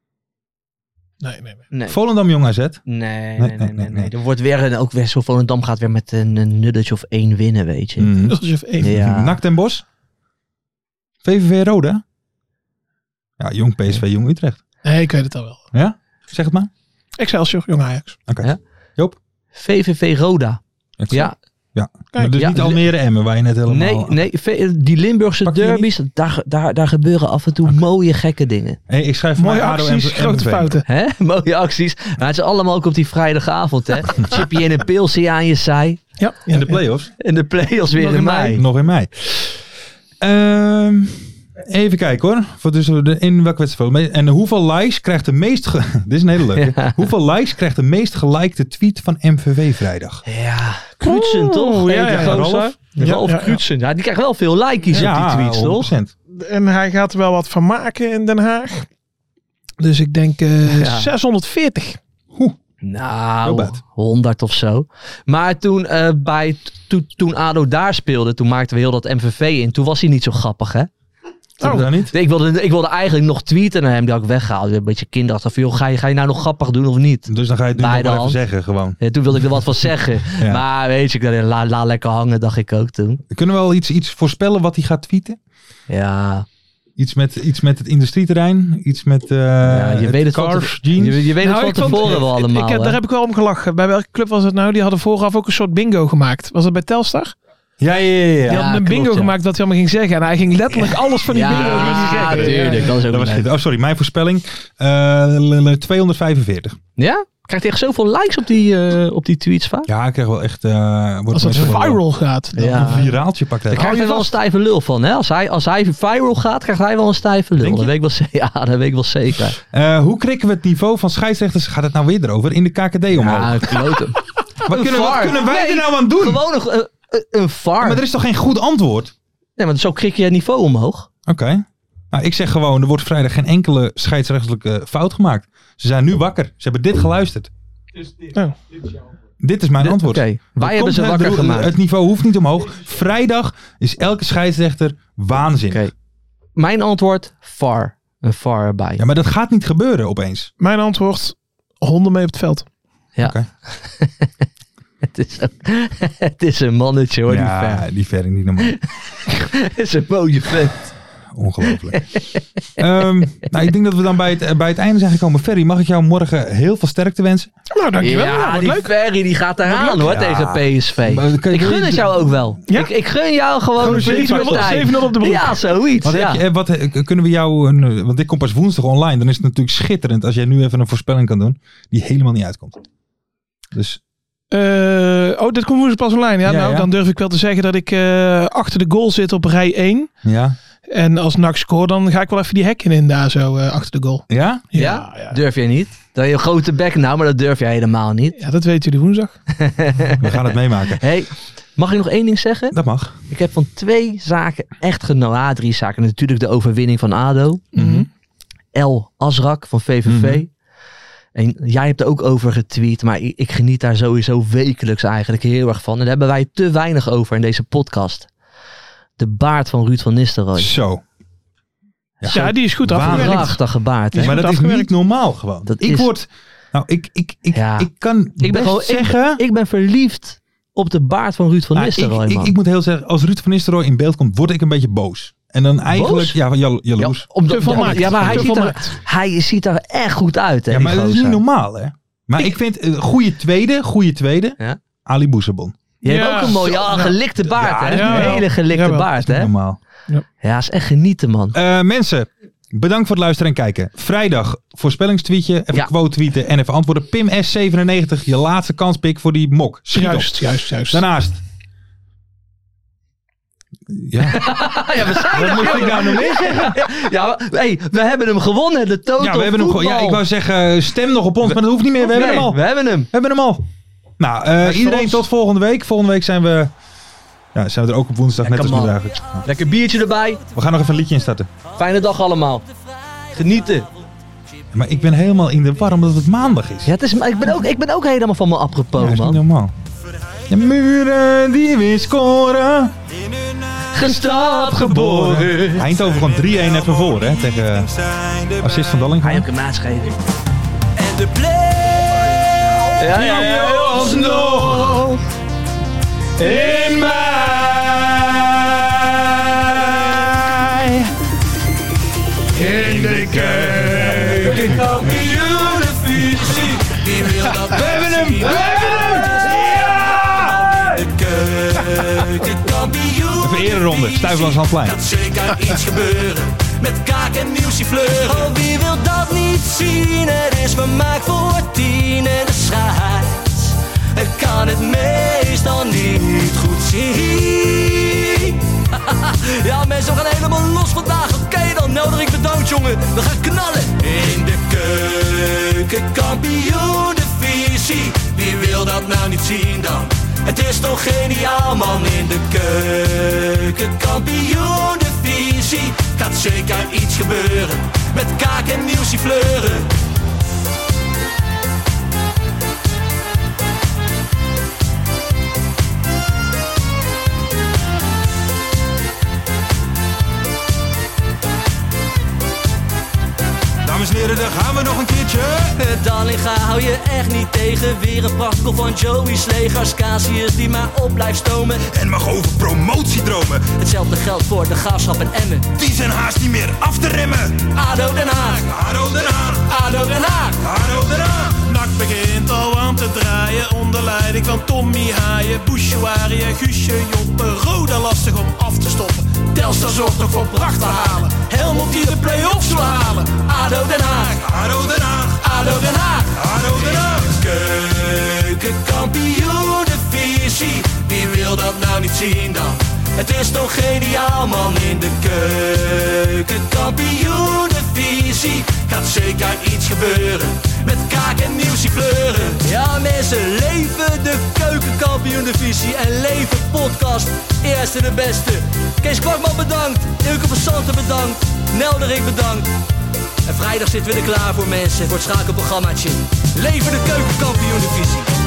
Nee. Volendam Jong AZ? Nee. Er wordt ook weer zo, Volendam gaat weer met een nulletje of 1 winnen, weet je. Nulletje of 1. Ja. NAC Den Bosch? VVV Roda? Ja, Jong PSV, Jong Utrecht. Nee, ik weet het al wel. Ja? Zeg het maar. Excelsior, Jong Ajax. Oké. Ja? Joop? VVV Roda. Ja. Maar dus niet Almere Emmen waar je net helemaal... Nee, die Limburgse derbies, daar gebeuren af en toe mooie gekke dingen. Hey, ik schrijf mooie acties, grote fouten. Hè? Mooie acties. Maar het is allemaal ook op die vrijdagavond, hè. Chippy en een pilsie aan je zij. Ja. In de play-offs. In de play-offs weer in mei. Nog in mei. Even kijken hoor. Dus in welke wedstrijd? En hoeveel likes krijgt de meest... Dit is een hele leuke. Ja. Hoeveel likes krijgt de meest gelikte tweet van MVV vrijdag? Ja, Krutsen toch? Ralf Krutsen. Ja, die krijgt wel veel likes op die tweets, 100%. Toch? En hij gaat er wel wat van maken in Den Haag. Dus ik denk 640. Nou, 100 of zo. Maar toen ADO daar speelde, toen maakten we heel dat MVV in. Toen was hij niet zo grappig, hè? Niet? Ik wilde eigenlijk nog tweeten naar hem, die had ik weggehaald. Een beetje kinderachtig. Van, ga je nou nog grappig doen of niet? Dus dan ga je het nu nog wel even zeggen, gewoon. Ja, toen wilde ik er wat van zeggen. Ja. Maar weet je, laat lekker hangen, dacht ik ook toen. Kunnen we wel iets voorspellen wat hij gaat tweeten? Ja. Iets met het industrieterrein? Iets met je weet het Cars, jeans? Je weet het van tevoren wel allemaal. Daar heb ik wel om gelachen. Bij welke club was het nou? Die hadden vooraf ook een soort bingo gemaakt. Was dat bij Telstar? Ja. Die hadden een bingo gemaakt wat hij allemaal ging zeggen. En hij ging letterlijk alles van die bingo zeggen. Ja, tuurlijk. Dat was goed. Sorry, mijn voorspelling. 245. Ja? Krijgt hij echt zoveel likes op die tweets vaak? Ja, ik krijg wel echt... als het viral gaat. Dan een viraaltje pakt hij. Daar krijgt hij wel een stijve lul van. Hè? Als hij viral gaat, krijgt hij wel een stijve lul. Dat weet ik wel zeker. Hoe krikken we het niveau van scheidsrechters? Gaat het nou weer erover? In de KKD omhoog? Ja, kloten. Wat kunnen wij er nou aan doen? Gewoon nog een VAR. Maar er is toch geen goed antwoord? Nee, maar zo krik je het niveau omhoog. Oké. Nou, ik zeg gewoon, er wordt vrijdag geen enkele scheidsrechtelijke fout gemaakt. Ze zijn nu wakker. Ze hebben dit geluisterd. Dit is mijn antwoord. Wij hebben ze wakker gemaakt. Het niveau hoeft niet omhoog. Vrijdag is elke scheidsrechter waanzin. Mijn antwoord, VAR. Een VAR erbij. Ja, maar dat gaat niet gebeuren opeens. Mijn antwoord, honden mee op het veld. Ja. Het is een mannetje hoor, die Ver niet normaal. Het is een mooie vent. Ongelooflijk. Ik denk dat we dan bij het einde zijn gekomen. Ferry, mag ik jou morgen heel veel sterkte wensen? Nou, dankjewel. Ja, die Ferry die gaat eraan hoor tegen PSV. Ik gun het jou ook wel. Ja? Ik gun jou gewoon een 7-0 op de broek. Ja, zoiets. Kunnen we jou... want dit komt pas woensdag online. Dan is het natuurlijk schitterend als jij nu even een voorspelling kan doen. Die helemaal niet uitkomt. Dus... dit komt woensdag pas online. Ja, dan durf ik wel te zeggen dat ik achter de goal zit op rij 1. Ja. En als NAC score, dan ga ik wel even die hekken in daar zo achter de goal. Ja? Ja? Durf jij niet? Dat je een grote bek nou, maar dat durf jij helemaal niet. Ja, dat weten jullie woensdag. We gaan het meemaken. Hey, mag ik nog één ding zeggen? Dat mag. Ik heb van 2 zaken echt genoten. 3 zaken. Natuurlijk de overwinning van ADO. Mm-hmm. El Azrak van VVV. Mm-hmm. En jij hebt er ook over getweet, maar ik geniet daar sowieso wekelijks eigenlijk heel erg van. En daar hebben wij te weinig over in deze podcast. De baard van Ruud van Nistelrooy. Zo. Ja, die is goed afgewerkt. Prachtige baard. Hè? Maar dat is niet normaal gewoon. Ik ben verliefd op de baard van Ruud van Nistelrooy. Ik moet heel zeggen, als Ruud van Nistelrooy in beeld komt, word ik een beetje boos. En dan eigenlijk, jaloers. Hij ziet er echt goed uit. Hè, maar dat is niet normaal, hè? Maar ik vind een goede tweede, ja? Ali Boussabon. Je hebt ook een mooie gelikte baard, hè? Een hele gelikte baard, hè? Normaal. Ja, is echt genieten, man. Mensen, Bedankt voor het luisteren en kijken. Vrijdag voorspellingstweetje. Even quote tweeten en even antwoorden. Pim S97, je laatste kanspik voor die mok. Juist. Daarnaast. Ja. Wat moet ik nou nog meer zeggen? Ja, we hebben hem gewonnen. De Total we hebben hem gewonnen. Ja, ik wou zeggen, stem nog op ons, maar dat hoeft niet meer. We hebben hem al. We hebben hem al. Nou, iedereen tot volgende week. Volgende week zijn we er ook op woensdag, net als vandaag. Lekker biertje erbij. We gaan nog even een liedje instarten. Fijne dag allemaal. Genieten. Maar ik ben helemaal in de war omdat het maandag is. Ja, ik ben ook helemaal van me apropos, man. Dat is niet normaal. De muren die weer scoren. Gestapt geboren. Eindhoven gewoon 3-1 even voor, hè. Tegen assist van Dalling. Hij heeft een maat gegeven. En de play. Ja. Alsnog. In mij. In de keuken. Kampioenenvisie. Wie wil dat? We hebben hem. Even ereronde, Stuyvesant Handplein. Gaat zeker iets gebeuren met kaak en nieuwsie fleuren. Oh, wie wil dat niet zien? Het is vermaakt voor 10 en de scheids. Ik kan het meestal niet goed zien. Ja, mensen, we gaan helemaal los vandaag. Oké, dan nodig ik bedankt, jongen. We gaan knallen. In de keuken, kampioenenvisie. Wie wil dat nou niet zien dan? Het is toch geniaal, man, in de keuken. Kampioenenvisie. Gaat zeker iets gebeuren met kaak en nieuwsie fleuren. Dames en heren, daar gaan we nog een keertje. Dallinga hou je echt niet tegen. Weer een prachtkel van Joey's legers. Casius die maar op blijft stomen. En mag over promotiedromen. Hetzelfde geldt voor de Graafschap en Emmen. Die zijn haast niet meer af te remmen. ADO Den Haag. ADO Den Haag. ADO Den Haag. ADO Den Haag. NAC begint al aan te draaien. Onder leiding van Tommy Haaien. Bouchouari en Guusje Joppen. Roda lastig om af te stoppen. Telstar zorgt nog voor pracht te halen. Helmond die de play-offs wil halen. ADO Den Haag. ADO Den Haag. ADO Den Haag. ADO Den Haag. Keukenkampioenenvisie. Wie wil dat nou niet zien dan? Het is toch geniaal, man, in de keukenkampioenenvisie. Gaat zeker iets gebeuren met kaak en nieuwsie kleuren. Ja, mensen, leven de keukenkampioenenvisie en leven podcast. Eerste de beste. Kees Kwakman bedankt. Ilke van Santen bedankt. Nelderik bedankt. En vrijdag zitten we er klaar voor, mensen, voor het schakelprogrammaatje. Leven de keukenkampioenenvisie.